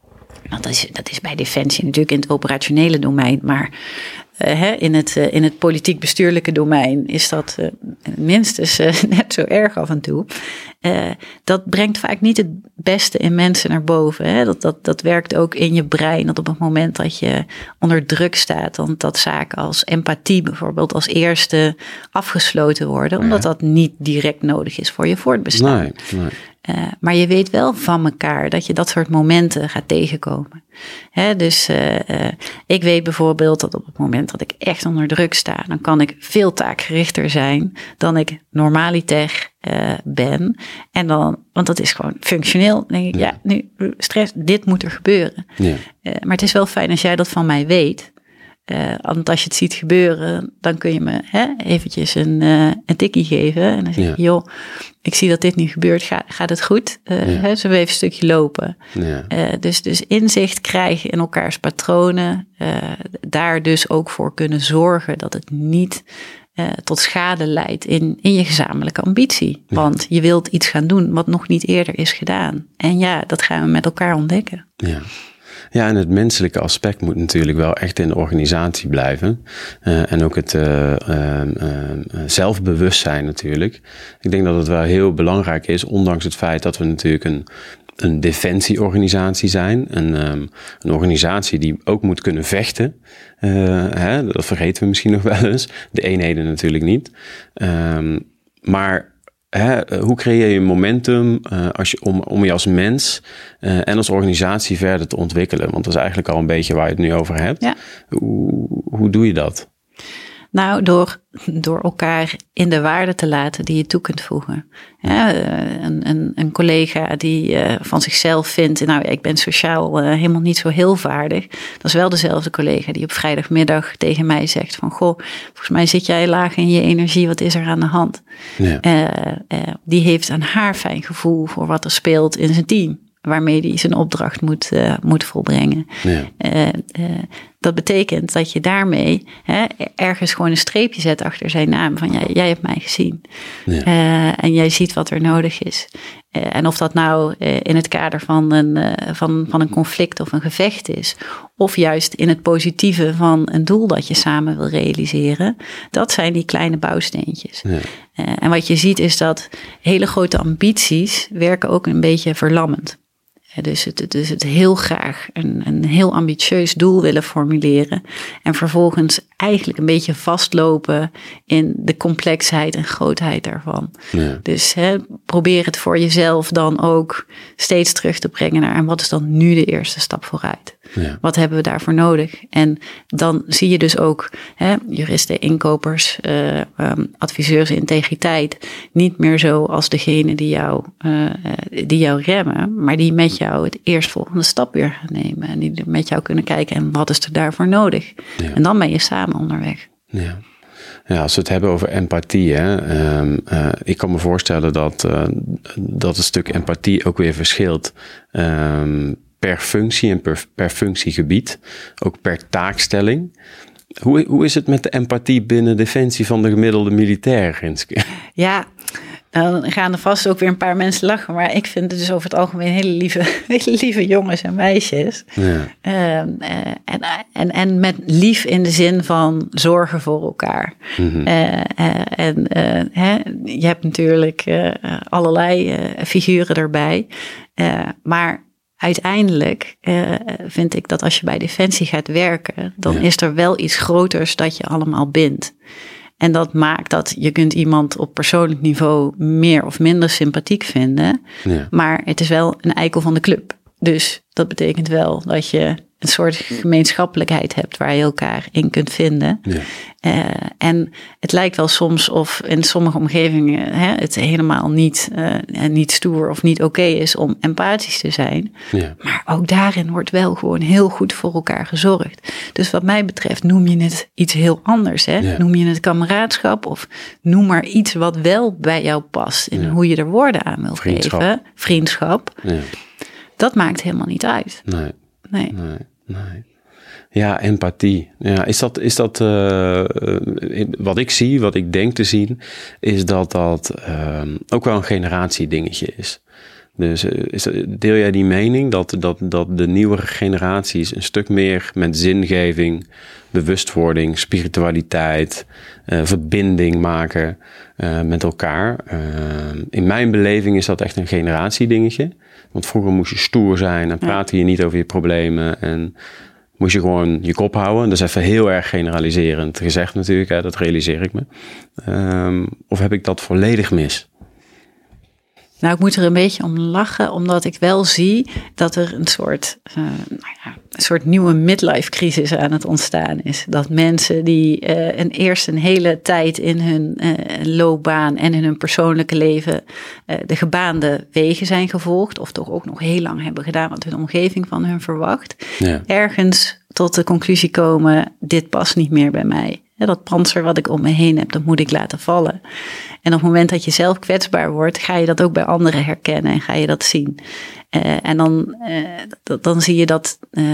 dat is, dat is bij Defensie natuurlijk in het operationele domein, maar uh, hè, in, het, uh, in het politiek-bestuurlijke domein is dat uh, minstens uh, net zo erg af en toe. Uh, dat brengt vaak niet het beste in mensen naar boven. Hè? Dat, dat, dat werkt ook in je brein, dat op het moment dat je onder druk staat, dan dat zaken als empathie bijvoorbeeld als eerste afgesloten worden, omdat dat niet direct nodig is voor je voortbestaan. Nee, nee. Uh, maar je weet wel van elkaar dat je dat soort momenten gaat tegenkomen. Hè, dus uh, uh, ik weet bijvoorbeeld dat op het moment dat ik echt onder druk sta, dan kan ik veel taakgerichter zijn dan ik normaliter uh, ben. En dan, want dat is gewoon functioneel. Dan denk ik, ja, ja nu stress, dit moet er gebeuren. Ja. Uh, maar het is wel fijn als jij dat van mij weet. Uh, want als je het ziet gebeuren, dan kun je me hè, eventjes een, uh, een tikkie geven. En dan zeg je, ja. joh, ik zie dat dit nu gebeurt, Ga, gaat het goed? Uh, ja. hè, zullen we even een stukje lopen? Ja. Uh, dus, dus inzicht krijgen in elkaars patronen. Uh, daar dus ook voor kunnen zorgen dat het niet uh, tot schade leidt in, in je gezamenlijke ambitie. Ja. Want je wilt iets gaan doen wat nog niet eerder is gedaan. En ja, dat gaan we met elkaar ontdekken. Ja. Ja, en het menselijke aspect moet natuurlijk wel echt in de organisatie blijven. Uh, en ook het uh, uh, uh, zelfbewustzijn natuurlijk. Ik denk dat het wel heel belangrijk is, ondanks het feit dat we natuurlijk een, een defensieorganisatie zijn. Een, um, een organisatie die ook moet kunnen vechten. Uh, hè, dat vergeten we misschien nog wel eens. De eenheden natuurlijk niet. Um, maar... Hè, hoe creëer je momentum uh, als je, om, om je als mens uh, en als organisatie verder te ontwikkelen? Want dat is eigenlijk al een beetje waar je het nu over hebt. Ja. Hoe, hoe doe je dat? Nou, door, door elkaar in de waarde te laten die je toe kunt voegen. Ja, een, een, een collega die uh, van zichzelf vindt, nou ik ben sociaal uh, helemaal niet zo heel vaardig. Dat is wel dezelfde collega die op vrijdagmiddag tegen mij zegt van, goh, volgens mij zit jij laag in je energie, wat is er aan de hand? Ja. Uh, uh, die heeft een haarfijn gevoel voor wat er speelt in zijn team, waarmee hij zijn opdracht moet, uh, moet volbrengen. Ja. Uh, uh, dat betekent dat je daarmee hè, ergens gewoon een streepje zet achter zijn naam. Van ja, jij hebt mij gezien. Ja. Uh, en jij ziet wat er nodig is. Uh, en of dat nou uh, in het kader van een, uh, van, van een conflict of een gevecht is. Of juist in het positieve van een doel dat je samen wil realiseren. Dat zijn die kleine bouwsteentjes. Ja. Uh, en wat je ziet is dat hele grote ambities werken ook een beetje verlammend. Dus het, dus het heel graag een, een heel ambitieus doel willen formuleren. En vervolgens eigenlijk een beetje vastlopen in de complexheid en grootheid daarvan. Ja. Dus hè, probeer het voor jezelf dan ook steeds terug te brengen naar en wat is dan nu de eerste stap vooruit? Ja. Wat hebben we daarvoor nodig? En dan zie je dus ook hè, juristen, inkopers, uh, um, adviseurs integriteit niet meer zo als degene die jou, uh, die jou remmen, maar die met jou het eerstvolgende stap weer gaan nemen. En die met jou kunnen kijken en wat is er daarvoor nodig? Ja. En dan ben je samen onderweg. Ja. Ja, als we het hebben over empathie, hè, um, uh, ik kan me voorstellen dat, uh, dat een stuk empathie ook weer verschilt um, per functie en per, per functiegebied, ook per taakstelling. Hoe, hoe is het met de empathie binnen Defensie van de gemiddelde militair, Rinske? Ja, dan gaan er vast ook weer een paar mensen lachen, maar ik vind het dus over het algemeen hele lieve, hele lieve jongens en meisjes. Ja. Uh, uh, en, en, en met lief in de zin van zorgen voor elkaar. Mm-hmm. Uh, uh, en uh, hè, je hebt natuurlijk uh, allerlei uh, figuren erbij, uh, maar uiteindelijk uh, vind ik dat als je bij Defensie gaat werken, dan ja. is er wel iets groters dat je allemaal bindt. En dat maakt dat je kunt iemand op persoonlijk niveau meer of minder sympathiek vinden. Ja. Maar het is wel een eikel van de club. Dus dat betekent wel dat je een soort gemeenschappelijkheid hebt waar je elkaar in kunt vinden. Ja. Uh, en het lijkt wel soms of in sommige omgevingen hè, het helemaal niet, uh, niet stoer of niet oké okay is om empathisch te zijn. Ja. Maar ook daarin wordt wel gewoon heel goed voor elkaar gezorgd. Dus wat mij betreft noem je het iets heel anders. Hè? Ja. Noem je het kameraadschap of noem maar iets wat wel bij jou past in ja. hoe je er woorden aan wil Vriendschap. geven. Vriendschap. Ja. Dat maakt helemaal niet uit. Nee. Nee. nee. Nee. Ja, empathie. Ja, is dat, is dat uh, wat ik zie, wat ik denk te zien, is dat dat uh, ook wel een generatiedingetje is. Dus uh, is, deel jij die mening dat, dat, dat de nieuwere generaties een stuk meer met zingeving, bewustwording, spiritualiteit, uh, verbinding maken uh, met elkaar? Uh, in mijn beleving is dat echt een generatiedingetje. Want vroeger moest je stoer zijn en praatte je niet over je problemen en moest je gewoon je kop houden. Dat is even heel erg generaliserend gezegd natuurlijk, hè, dat realiseer ik me. Um, of heb ik dat volledig mis? Nou, ik moet er een beetje om lachen, omdat ik wel zie dat er een soort, uh, nou ja, een soort nieuwe midlife crisis aan het ontstaan is. Dat mensen die uh, een, eerst een hele tijd in hun uh, loopbaan en in hun persoonlijke leven uh, de gebaande wegen zijn gevolgd, of toch ook nog heel lang hebben gedaan wat hun omgeving van hun verwacht, ja. ergens tot de conclusie komen, dit past niet meer bij mij. Dat panzer wat ik om me heen heb, dat moet ik laten vallen. En op het moment dat je zelf kwetsbaar wordt, ga je dat ook bij anderen herkennen en ga je dat zien. Uh, en dan, uh, dan zie je dat uh,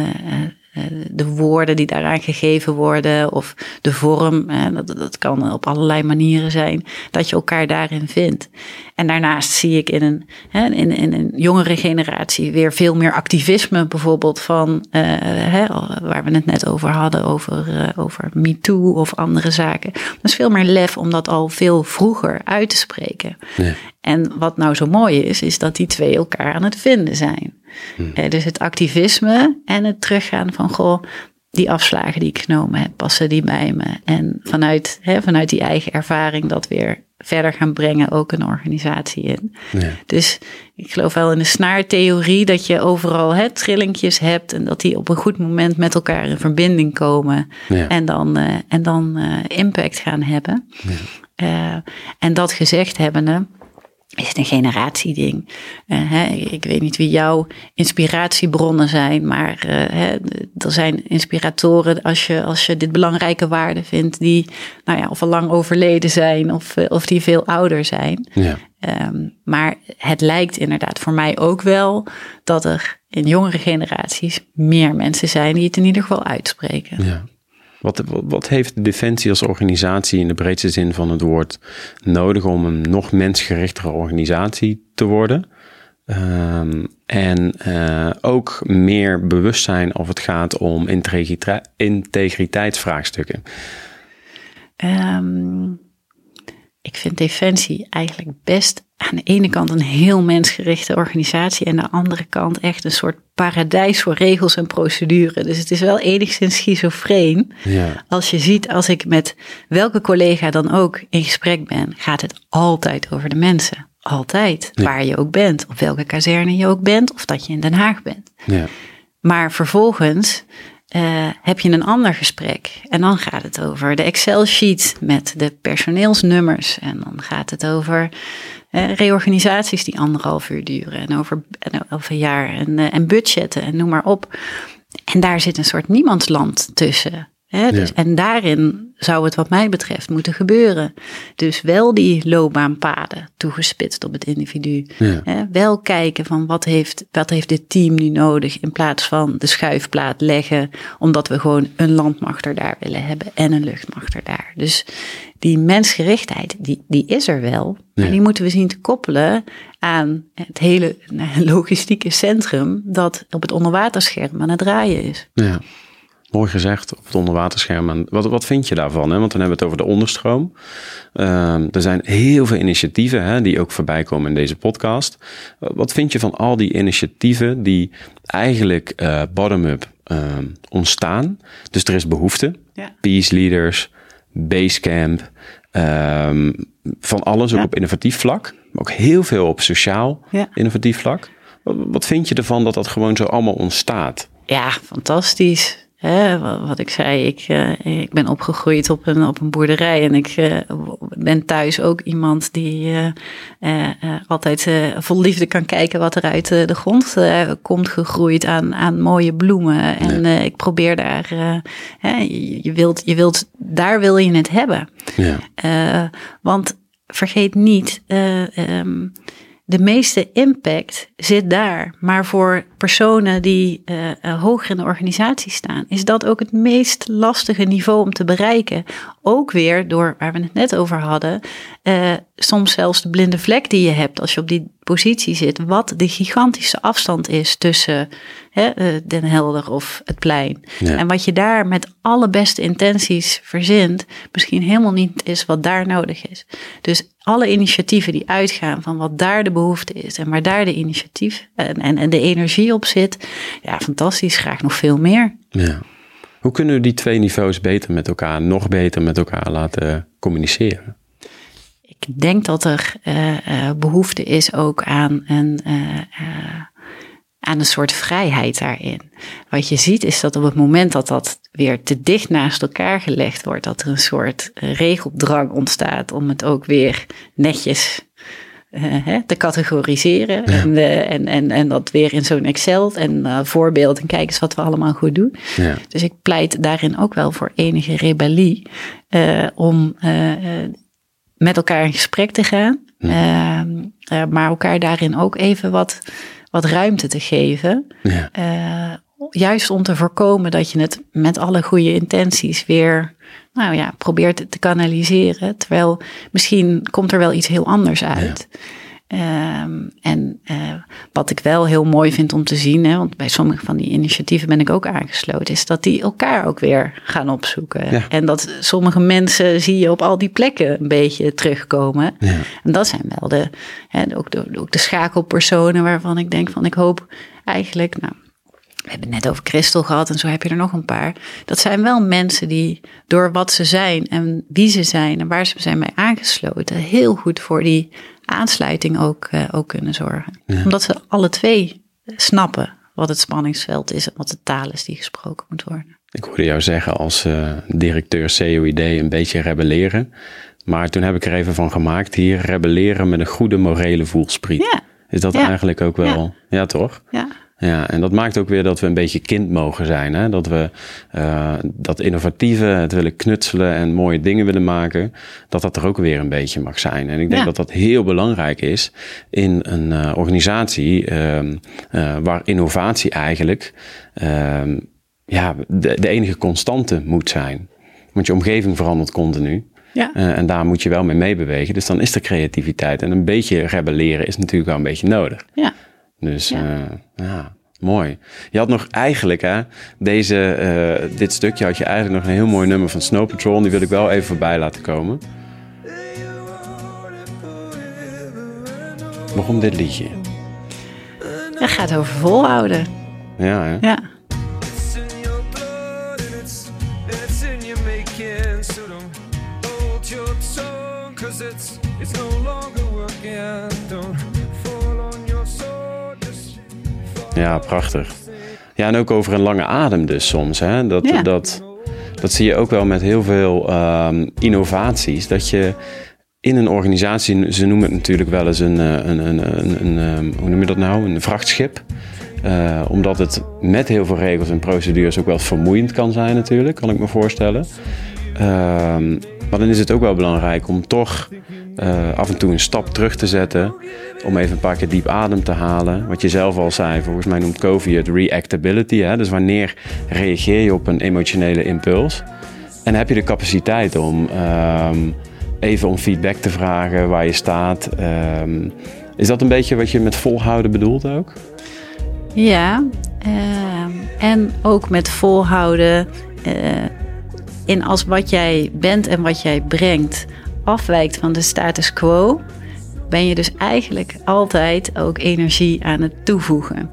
de woorden die daaraan gegeven worden of de vorm, uh, dat, dat kan op allerlei manieren zijn, dat je elkaar daarin vindt. En daarnaast zie ik in een, hè, in, in een jongere generatie weer veel meer activisme, bijvoorbeeld van, uh, hè, waar we het net over hadden, over, uh, over MeToo of andere zaken. Er is veel meer lef om dat al veel vroeger uit te spreken. Ja. En wat nou zo mooi is, is dat die twee elkaar aan het vinden zijn. Hmm. Uh, dus het activisme en het teruggaan van, goh, die afslagen die ik genomen heb, passen die bij me? En vanuit, hè, vanuit die eigen ervaring dat weer verder gaan brengen, ook een organisatie in. Ja. Dus ik geloof wel in de snaartheorie dat je overal hè, trillingjes hebt en dat die op een goed moment met elkaar in verbinding komen. Ja. En dan, uh, en dan uh, impact gaan hebben. Ja. Uh, en dat gezegd hebbende, is het een generatieding. Uh, hè, ik weet niet wie jouw inspiratiebronnen zijn, maar uh, hè, er zijn inspiratoren als je, als je dit belangrijke waarden vindt die nou ja, of al lang overleden zijn of, of die veel ouder zijn. Ja. Um, maar het lijkt inderdaad voor mij ook wel dat er in jongere generaties meer mensen zijn die het in ieder geval uitspreken. Ja. Wat, wat heeft Defensie als organisatie in de breedste zin van het woord nodig om een nog mensgerichtere organisatie te worden? Um, en uh, ook meer bewustzijn als het gaat om integrita- integriteitsvraagstukken. Um, ik vind Defensie eigenlijk best aan de ene kant een heel mensgerichte organisatie en aan de andere kant echt een soort paradijs voor regels en procedure. Dus het is wel enigszins schizofreen. Ja. Als je ziet, als ik met welke collega dan ook in gesprek ben, gaat het altijd over de mensen. Altijd. Ja. Waar je ook bent, op welke kazerne je ook bent, of dat je in Den Haag bent. Ja. Maar vervolgens Uh, heb je een ander gesprek en dan gaat het over de Excel-sheet met de personeelsnummers en dan gaat het over uh, reorganisaties die anderhalf uur duren en over, en over een jaar en, uh, en budgetten en noem maar op. En daar zit een soort niemandsland tussen. Hè? Dus, ja. En daarin zou het wat mij betreft moeten gebeuren. Dus wel die loopbaanpaden toegespitst op het individu. Ja. Hè? Wel kijken van wat heeft, wat heeft dit team nu nodig in plaats van de schuifplaat leggen, omdat we gewoon een landmacht er daar willen hebben en een luchtmacht er daar. Dus die mensgerichtheid, die, die is er wel. Ja. Maar die moeten we zien te koppelen aan het hele logistieke centrum dat op het onderwaterscherm aan het draaien is. Ja. Mooi gezegd, op het onderwaterscherm. Wat, wat vind je daarvan? Hè? Want dan hebben we het over de onderstroom. Uh, er zijn heel veel initiatieven hè, die ook voorbij komen in deze podcast. Wat vind je van al die initiatieven die eigenlijk uh, bottom-up uh, ontstaan? Dus er is behoefte. Ja. Peace leaders, Basecamp, uh, van alles ook ja. op innovatief vlak. Maar ook heel veel op sociaal ja. innovatief vlak. Wat, wat vind je ervan dat dat gewoon zo allemaal ontstaat? Ja, fantastisch. Hè, wat ik zei, ik, uh, ik ben opgegroeid op een, op een boerderij en ik uh, ben thuis ook iemand die uh, uh, uh, altijd uh, vol liefde kan kijken wat er uit uh, de grond uh, komt gegroeid aan, aan mooie bloemen. En uh, ik probeer daar, uh, hè, je, je, wilt, je wilt, daar wil je het hebben. Ja. Uh, want vergeet niet, uh, um, de meeste impact zit daar. Maar voor personen die uh, uh, hoger in de organisatie staan, is dat ook het meest lastige niveau om te bereiken. Ook weer door, waar we het net over hadden, uh, soms zelfs de blinde vlek die je hebt als je op die positie zit. Wat de gigantische afstand is tussen hè, uh, Den Helder of het plein. Ja. En wat je daar met alle beste intenties verzint, misschien helemaal niet is wat daar nodig is. Dus alle initiatieven die uitgaan van wat daar de behoefte is en waar daar de initiatief en, en, en de energie op zit. Ja, fantastisch. Graag nog veel meer. Ja. Hoe kunnen we die twee niveaus beter met elkaar, nog beter met elkaar laten communiceren? Ik ik denk dat er uh, uh, behoefte is ook aan een, uh, uh, aan een soort vrijheid daarin. Wat je ziet is dat op het moment dat dat weer te dicht naast elkaar gelegd wordt, dat er een soort uh, regeldrang ontstaat om het ook weer netjes uh, hè, te categoriseren. Ja. En, uh, en, en, en dat weer in zo'n Excel en uh, voorbeeld en kijk eens wat we allemaal goed doen. Ja. Dus ik pleit daarin ook wel voor enige rebellie uh, om uh, uh, met elkaar in gesprek te gaan. Ja. Uh, uh, maar elkaar daarin ook even wat, wat ruimte te geven. Ja. Uh, juist om te voorkomen dat je het met alle goede intenties weer, nou ja, probeert te kanaliseren. Terwijl misschien komt er wel iets heel anders uit. Ja. Um, en uh, wat ik wel heel mooi vind om te zien, hè, want bij sommige van die initiatieven ben ik ook aangesloten, is dat die elkaar ook weer gaan opzoeken. Ja. En dat sommige mensen zie je op al die plekken een beetje terugkomen. Ja. En dat zijn wel de, hè, ook, de, ook de schakelpersonen waarvan ik denk van ik hoop eigenlijk, nou, we hebben het net over Christel gehad en zo heb je er nog een paar. Dat zijn wel mensen die door wat ze zijn en wie ze zijn en waar ze zijn bij aangesloten, heel goed voor die aansluiting ook, uh, ook kunnen zorgen. Ja. Omdat ze alle twee snappen wat het spanningsveld is en wat de taal is die gesproken moet worden. Ik hoorde jou zeggen als uh, directeur C O I D een beetje rebelleren. Maar toen heb ik er even van gemaakt hier, rebelleren met een goede morele voelspriet. Ja. Is dat ja. eigenlijk ook wel, ja, ja toch? Ja. Ja, en dat maakt ook weer dat we een beetje kind mogen zijn. Hè? Dat we uh, dat innovatieve, het willen knutselen en mooie dingen willen maken, dat dat er ook weer een beetje mag zijn. En ik denk ja. dat dat heel belangrijk is in een uh, organisatie uh, uh, waar innovatie eigenlijk uh, ja, de, de enige constante moet zijn. Want je omgeving verandert continu. Ja. Uh, en daar moet je wel mee meebewegen. Dus dan is er creativiteit. En een beetje rebelleren is natuurlijk wel een beetje nodig. Ja. Dus ja. Uh, ja, mooi. Je had nog eigenlijk, hè, deze, uh, dit stukje had je eigenlijk nog een heel mooi nummer van Snow Patrol. En die wil ik wel even voorbij laten komen. Waarom dit liedje? Het gaat over volhouden. Ja, hè? Ja. Ja, prachtig. Ja, en ook over een lange adem dus soms. Hè? Dat, ja. dat, dat zie je ook wel met heel veel um, innovaties. Dat je in een organisatie, ze noemen het natuurlijk wel eens een, een, een, een, een, een hoe noem je dat nou? Een vrachtschip. Uh, omdat het met heel veel regels en procedures ook wel vermoeiend kan zijn natuurlijk, kan ik me voorstellen. Uh, maar dan is het ook wel belangrijk om toch uh, af en toe een stap terug te zetten. Om even een paar keer diep adem te halen. Wat je zelf al zei, volgens mij noemt Covey het reactability. Hè? Dus wanneer reageer je op een emotionele impuls? En heb je de capaciteit om um, even om feedback te vragen waar je staat. Um, is dat een beetje wat je met volhouden bedoelt ook? Ja, uh, en ook met volhouden. Uh, in als wat jij bent en wat jij brengt afwijkt van de status quo, ben je dus eigenlijk altijd ook energie aan het toevoegen.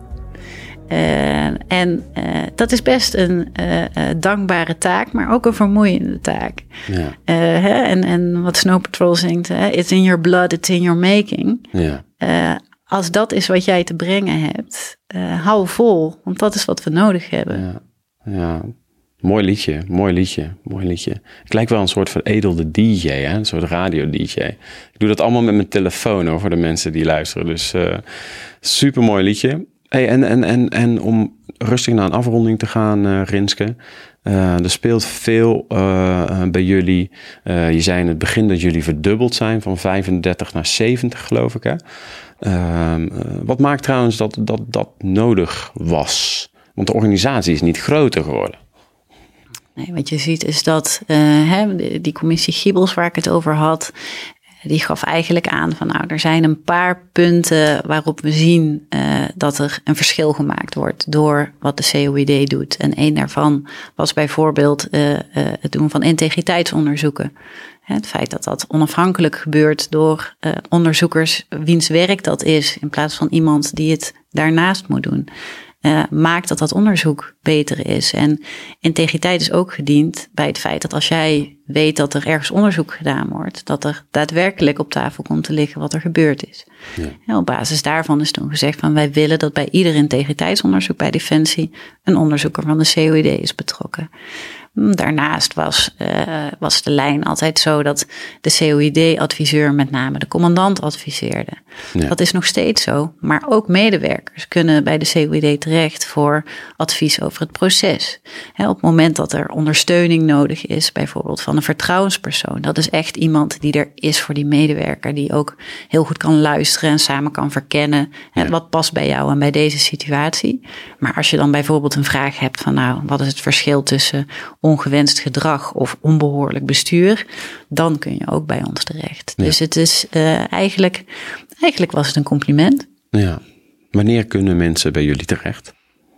Uh, en uh, dat is best een uh, uh, dankbare taak, maar ook een vermoeiende taak. Ja. Uh, hè, en, en wat Snow Patrol zingt, hè, it's in your blood, it's in your making. Ja. Uh, als dat is wat jij te brengen hebt, uh, hou vol, want dat is wat we nodig hebben. Ja, ja. Mooi liedje, mooi liedje, mooi liedje. Ik lijk wel een soort veredelde D J, hè? Een soort radio-D J. Ik doe dat allemaal met mijn telefoon, hoor, voor de mensen die luisteren. Dus uh, super mooi liedje. Hey, en, en, en, en om rustig naar een afronding te gaan, uh, Rinske. Uh, er speelt veel uh, bij jullie. Uh, je zei in het begin dat jullie verdubbeld zijn van vijfendertig naar zeventig, geloof ik, hè? Uh, uh, wat maakt trouwens dat, dat dat nodig was? Want de organisatie is niet groter geworden. Nee, wat je ziet is dat uh, hè, die commissie Giebels waar ik het over had, die gaf eigenlijk aan van nou, er zijn een paar punten waarop we zien uh, dat er een verschil gemaakt wordt door wat de C O I D doet. En één daarvan was bijvoorbeeld uh, uh, het doen van integriteitsonderzoeken. Het feit dat dat onafhankelijk gebeurt door uh, onderzoekers wiens werk dat is, in plaats van iemand die het daarnaast moet doen. uh, maakt dat dat onderzoek beter is. En integriteit is ook gediend bij het feit dat als jij weet dat er ergens onderzoek gedaan wordt, dat er daadwerkelijk op tafel komt te liggen wat er gebeurd is. Ja. En op basis daarvan is toen gezegd van wij willen dat bij ieder integriteitsonderzoek bij Defensie een onderzoeker van de C O I D is betrokken. Daarnaast was, uh, was de lijn altijd zo dat de C O I D-adviseur met name de commandant adviseerde. Ja. Dat is nog steeds zo, maar ook medewerkers kunnen bij de C O I D terecht voor advies over het proces. He, op het moment dat er ondersteuning nodig is, bijvoorbeeld van een vertrouwenspersoon. Dat is echt iemand die er is voor die medewerker, die ook heel goed kan luisteren en samen kan verkennen. Ja. He, wat past bij jou en bij deze situatie. Maar als je dan bijvoorbeeld een vraag hebt van nou, wat is het verschil tussen ongewenst gedrag of onbehoorlijk bestuur, dan kun je ook bij ons terecht. Ja. Dus het is uh, eigenlijk, eigenlijk was het een compliment. Ja. Wanneer kunnen mensen bij jullie terecht?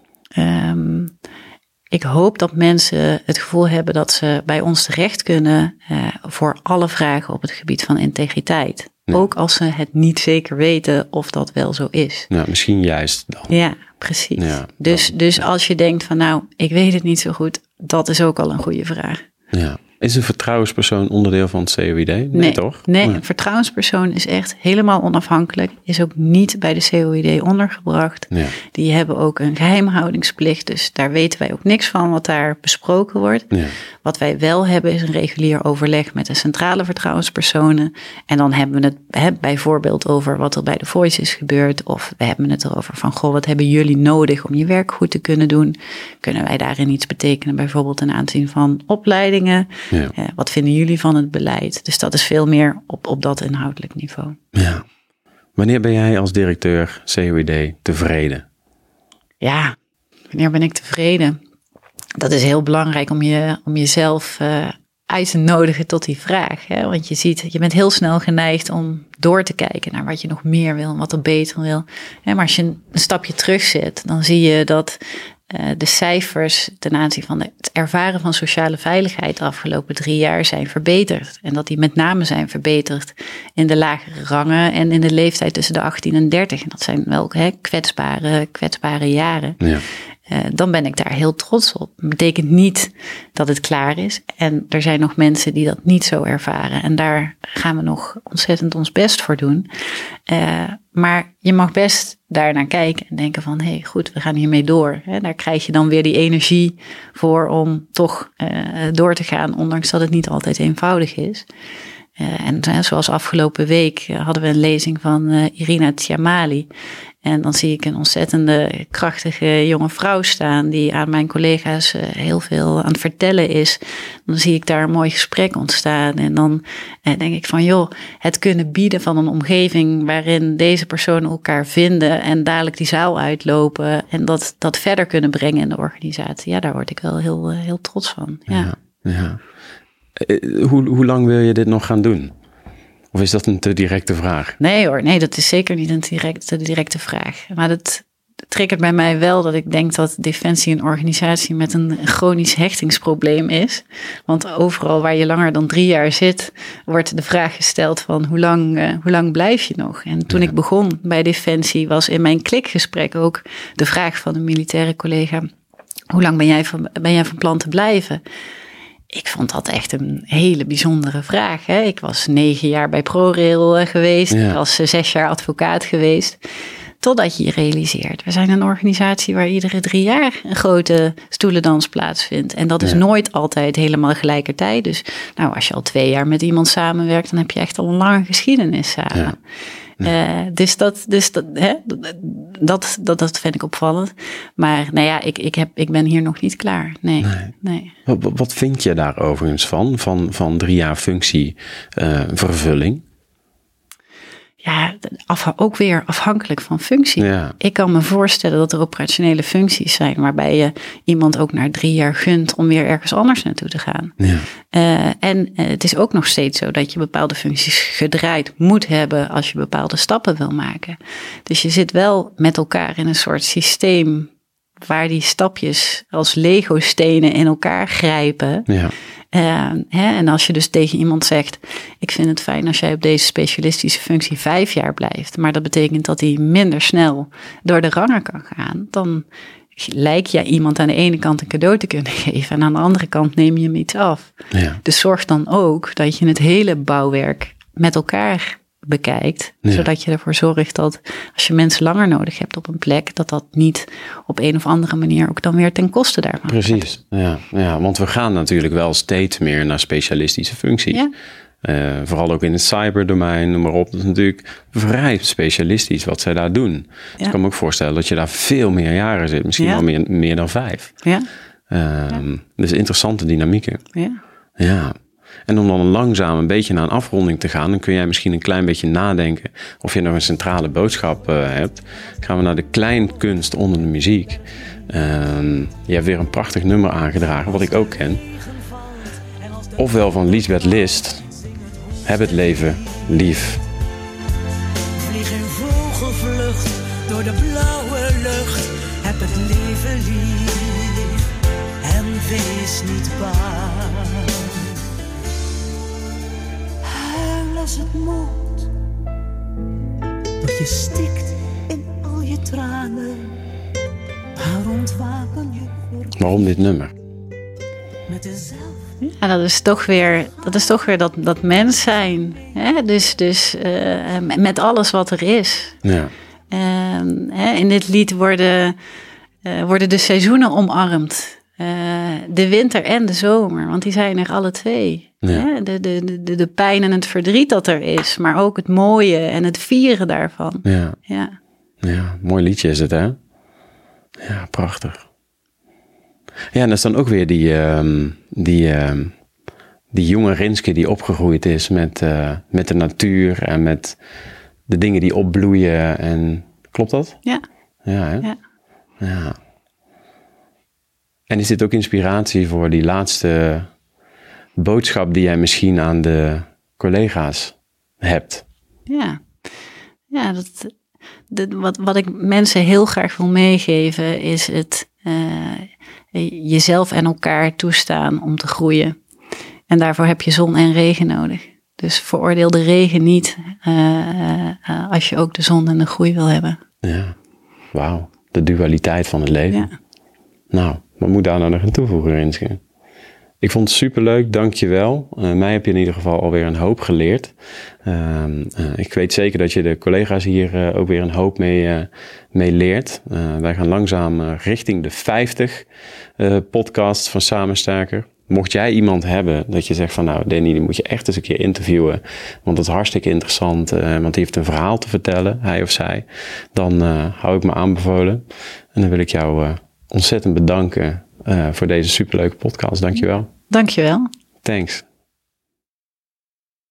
Um, ik hoop dat mensen het gevoel hebben dat ze bij ons terecht kunnen uh, voor alle vragen op het gebied van integriteit. Ja. Ook als ze het niet zeker weten of dat wel zo is. Ja, misschien juist dan. Ja, precies. Ja, dus dus ja. Als je denkt van nou, ik weet het niet zo goed, dat is ook al een goede vraag. Ja. Is een vertrouwenspersoon onderdeel van het C O I D? Nee, nee toch? Nee, een vertrouwenspersoon is echt helemaal onafhankelijk. Is ook niet bij de C O I D ondergebracht. Ja. Die hebben ook een geheimhoudingsplicht. Dus daar weten wij ook niks van wat daar besproken wordt. Ja. Wat wij wel hebben is een regulier overleg met de centrale vertrouwenspersonen. En dan hebben we het he, bijvoorbeeld over wat er bij de Voice is gebeurd. Of we hebben het erover van, goh, wat hebben jullie nodig om je werk goed te kunnen doen? Kunnen wij daarin iets betekenen? Bijvoorbeeld ten aanzien van opleidingen. Ja. Uh, wat vinden jullie van het beleid? Dus dat is veel meer op, op dat inhoudelijk niveau. Ja. Wanneer ben jij als directeur C O I D tevreden? Ja, wanneer ben ik tevreden? Dat is heel belangrijk om, je, om jezelf uh, uit te nodigen tot die vraag. Hè? Want je ziet, je bent heel snel geneigd om door te kijken naar wat je nog meer wil en wat er beter wil. Ja, maar als je een, een stapje terug zit, dan zie je dat Uh, de cijfers ten aanzien van het ervaren van sociale veiligheid de afgelopen drie jaar zijn verbeterd. En dat die met name zijn verbeterd in de lagere rangen en in de leeftijd tussen de achttien en dertig. En dat zijn wel hè, kwetsbare, kwetsbare jaren. Ja. Uh, dan ben ik daar heel trots op. Dat betekent niet dat het klaar is. En er zijn nog mensen die dat niet zo ervaren. En daar gaan we nog ontzettend ons best voor doen. Uh, maar je mag best daarnaar kijken en denken van, hé, hey, goed, we gaan hiermee door. He, daar krijg je dan weer die energie voor om toch uh, door te gaan, ondanks dat het niet altijd eenvoudig is. Uh, en uh, zoals afgelopen week uh, hadden we een lezing van uh, Irina Tjamali. En dan zie ik een ontzettende krachtige jonge vrouw staan die aan mijn collega's uh, heel veel aan het vertellen is. Dan zie ik daar een mooi gesprek ontstaan. En dan uh, denk ik van joh, het kunnen bieden van een omgeving waarin deze personen elkaar vinden en dadelijk die zaal uitlopen en dat, dat verder kunnen brengen in de organisatie. Ja, daar word ik wel heel, uh, heel trots van. Ja. Ja, ja. Hoe, hoe lang wil je dit nog gaan doen? Of is dat een te directe vraag? Nee hoor, nee, dat is zeker niet een directe, directe vraag. Maar dat triggert bij mij wel dat ik denk dat Defensie een organisatie met een chronisch hechtingsprobleem is. Want overal waar je langer dan drie jaar zit, wordt de vraag gesteld van hoe lang, uh, hoe lang blijf je nog? En toen ja. ik begon bij Defensie was in mijn klikgesprek ook de vraag van een militaire collega, hoe lang ben jij van, ben jij van plan te blijven? Ik vond dat echt een hele bijzondere vraag. Hè? Ik was negen jaar bij ProRail geweest. Ja. Ik was zes jaar advocaat geweest. Totdat je je realiseert, we zijn een organisatie waar iedere drie jaar een grote stoelendans plaatsvindt. En dat is ja. nooit altijd helemaal gelijkertijd. Dus nou, als je al twee jaar met iemand samenwerkt, dan heb je echt al een lange geschiedenis samen. Ja. Ja. Uh, dus dat, dus dat, hè, dat, dat, dat vind ik opvallend. Maar nou ja, ik, ik, heb, ik ben hier nog niet klaar. Nee. nee. nee. Wat, wat vind je daar overigens van, van, van drie jaar functievervulling? Uh, Ja, af, ook weer afhankelijk van functie. Ja. Ik kan me voorstellen dat er operationele functies zijn waarbij je iemand ook na drie jaar gunt om weer ergens anders naartoe te gaan. Ja. Uh, en uh, het is ook nog steeds zo dat je bepaalde functies gedraaid moet hebben als je bepaalde stappen wil maken. Dus je zit wel met elkaar in een soort systeem waar die stapjes als Lego-stenen in elkaar grijpen. Ja. Uh, hè, en als je dus tegen iemand zegt, ik vind het fijn als jij op deze specialistische functie vijf jaar blijft, maar dat betekent dat hij minder snel door de rangen kan gaan, dan lijk je iemand aan de ene kant een cadeau te kunnen geven en aan de andere kant neem je hem iets af. Ja. Dus zorg dan ook dat je het hele bouwwerk met elkaar bekijkt. Ja. Zodat je ervoor zorgt dat als je mensen langer nodig hebt op een plek, dat dat niet op een of andere manier ook dan weer ten koste daarvan Precies, ja, ja, want we gaan natuurlijk wel steeds meer naar specialistische functies. Ja. Uh, vooral ook in het cyberdomein, noem maar op. Dat is natuurlijk vrij specialistisch wat zij daar doen. Ja. Dus ik kan me ook voorstellen dat je daar veel meer jaren zit. Misschien ja. wel meer, meer dan vijf. Ja. Um, ja. Dus interessante dynamieken. Ja. Ja. En om dan langzaam een beetje naar een afronding te gaan, dan kun jij misschien een klein beetje nadenken of je nog een centrale boodschap uh, hebt. Dan gaan we naar de kleinkunst onder de muziek. Um, je hebt weer een prachtig nummer aangedragen, wat ik ook ken. Ofwel van Lisbeth List. Heb het leven lief. Vlieg in vogelvlucht door de blauwe lucht. Heb het leven lief en wees niet bang. Huil als het moet, dat je stikt in al je tranen. Maar ontwaken je voor. Waarom dit nummer? Met dezelfde. Ja, dat is toch weer dat, is toch weer dat, dat mens zijn. Hè? Dus, dus uh, met alles wat er is. Ja. Uh, hè, in dit lied worden, uh, worden de seizoenen omarmd. Uh, de winter en de zomer, want die zijn er alle twee. Ja. Hè? De, de, de, de pijn en het verdriet dat er is, maar ook het mooie en het vieren daarvan. Ja, ja. ja mooi liedje is het, hè? Ja, prachtig. Ja, en dat is dan ook weer die, um, die, um, die jonge Rinske die opgegroeid is met, uh, met de natuur en met de dingen die opbloeien. En klopt dat? Ja. Ja, hè? Ja. Ja. En is dit ook inspiratie voor die laatste boodschap die jij misschien aan de collega's hebt? Ja, ja dat, dat, wat, wat ik mensen heel graag wil meegeven is het uh, jezelf en elkaar toestaan om te groeien. En daarvoor heb je zon en regen nodig. Dus veroordeel de regen niet uh, uh, als je ook de zon en de groei wil hebben. Ja, wauw. De dualiteit van het leven. Ja. Nou, wat moet daar nou nog aan toevoegen, Rinske? Ik vond het superleuk, dank je wel. Uh, mij heb je in ieder geval alweer een hoop geleerd. Uh, uh, ik weet zeker dat je de collega's hier uh, ook weer een hoop mee, uh, mee leert. Uh, wij gaan langzaam uh, richting de vijftig uh, podcasts van Samen Sterker. Mocht jij iemand hebben dat je zegt van nou Danny, die moet je echt eens een keer interviewen. Want dat is hartstikke interessant, uh, want die heeft een verhaal te vertellen, hij of zij. Dan uh, hou ik me aanbevolen. En dan wil ik jou uh, ontzettend bedanken uh, voor deze superleuke podcast. Dankjewel. Dankjewel. Thanks.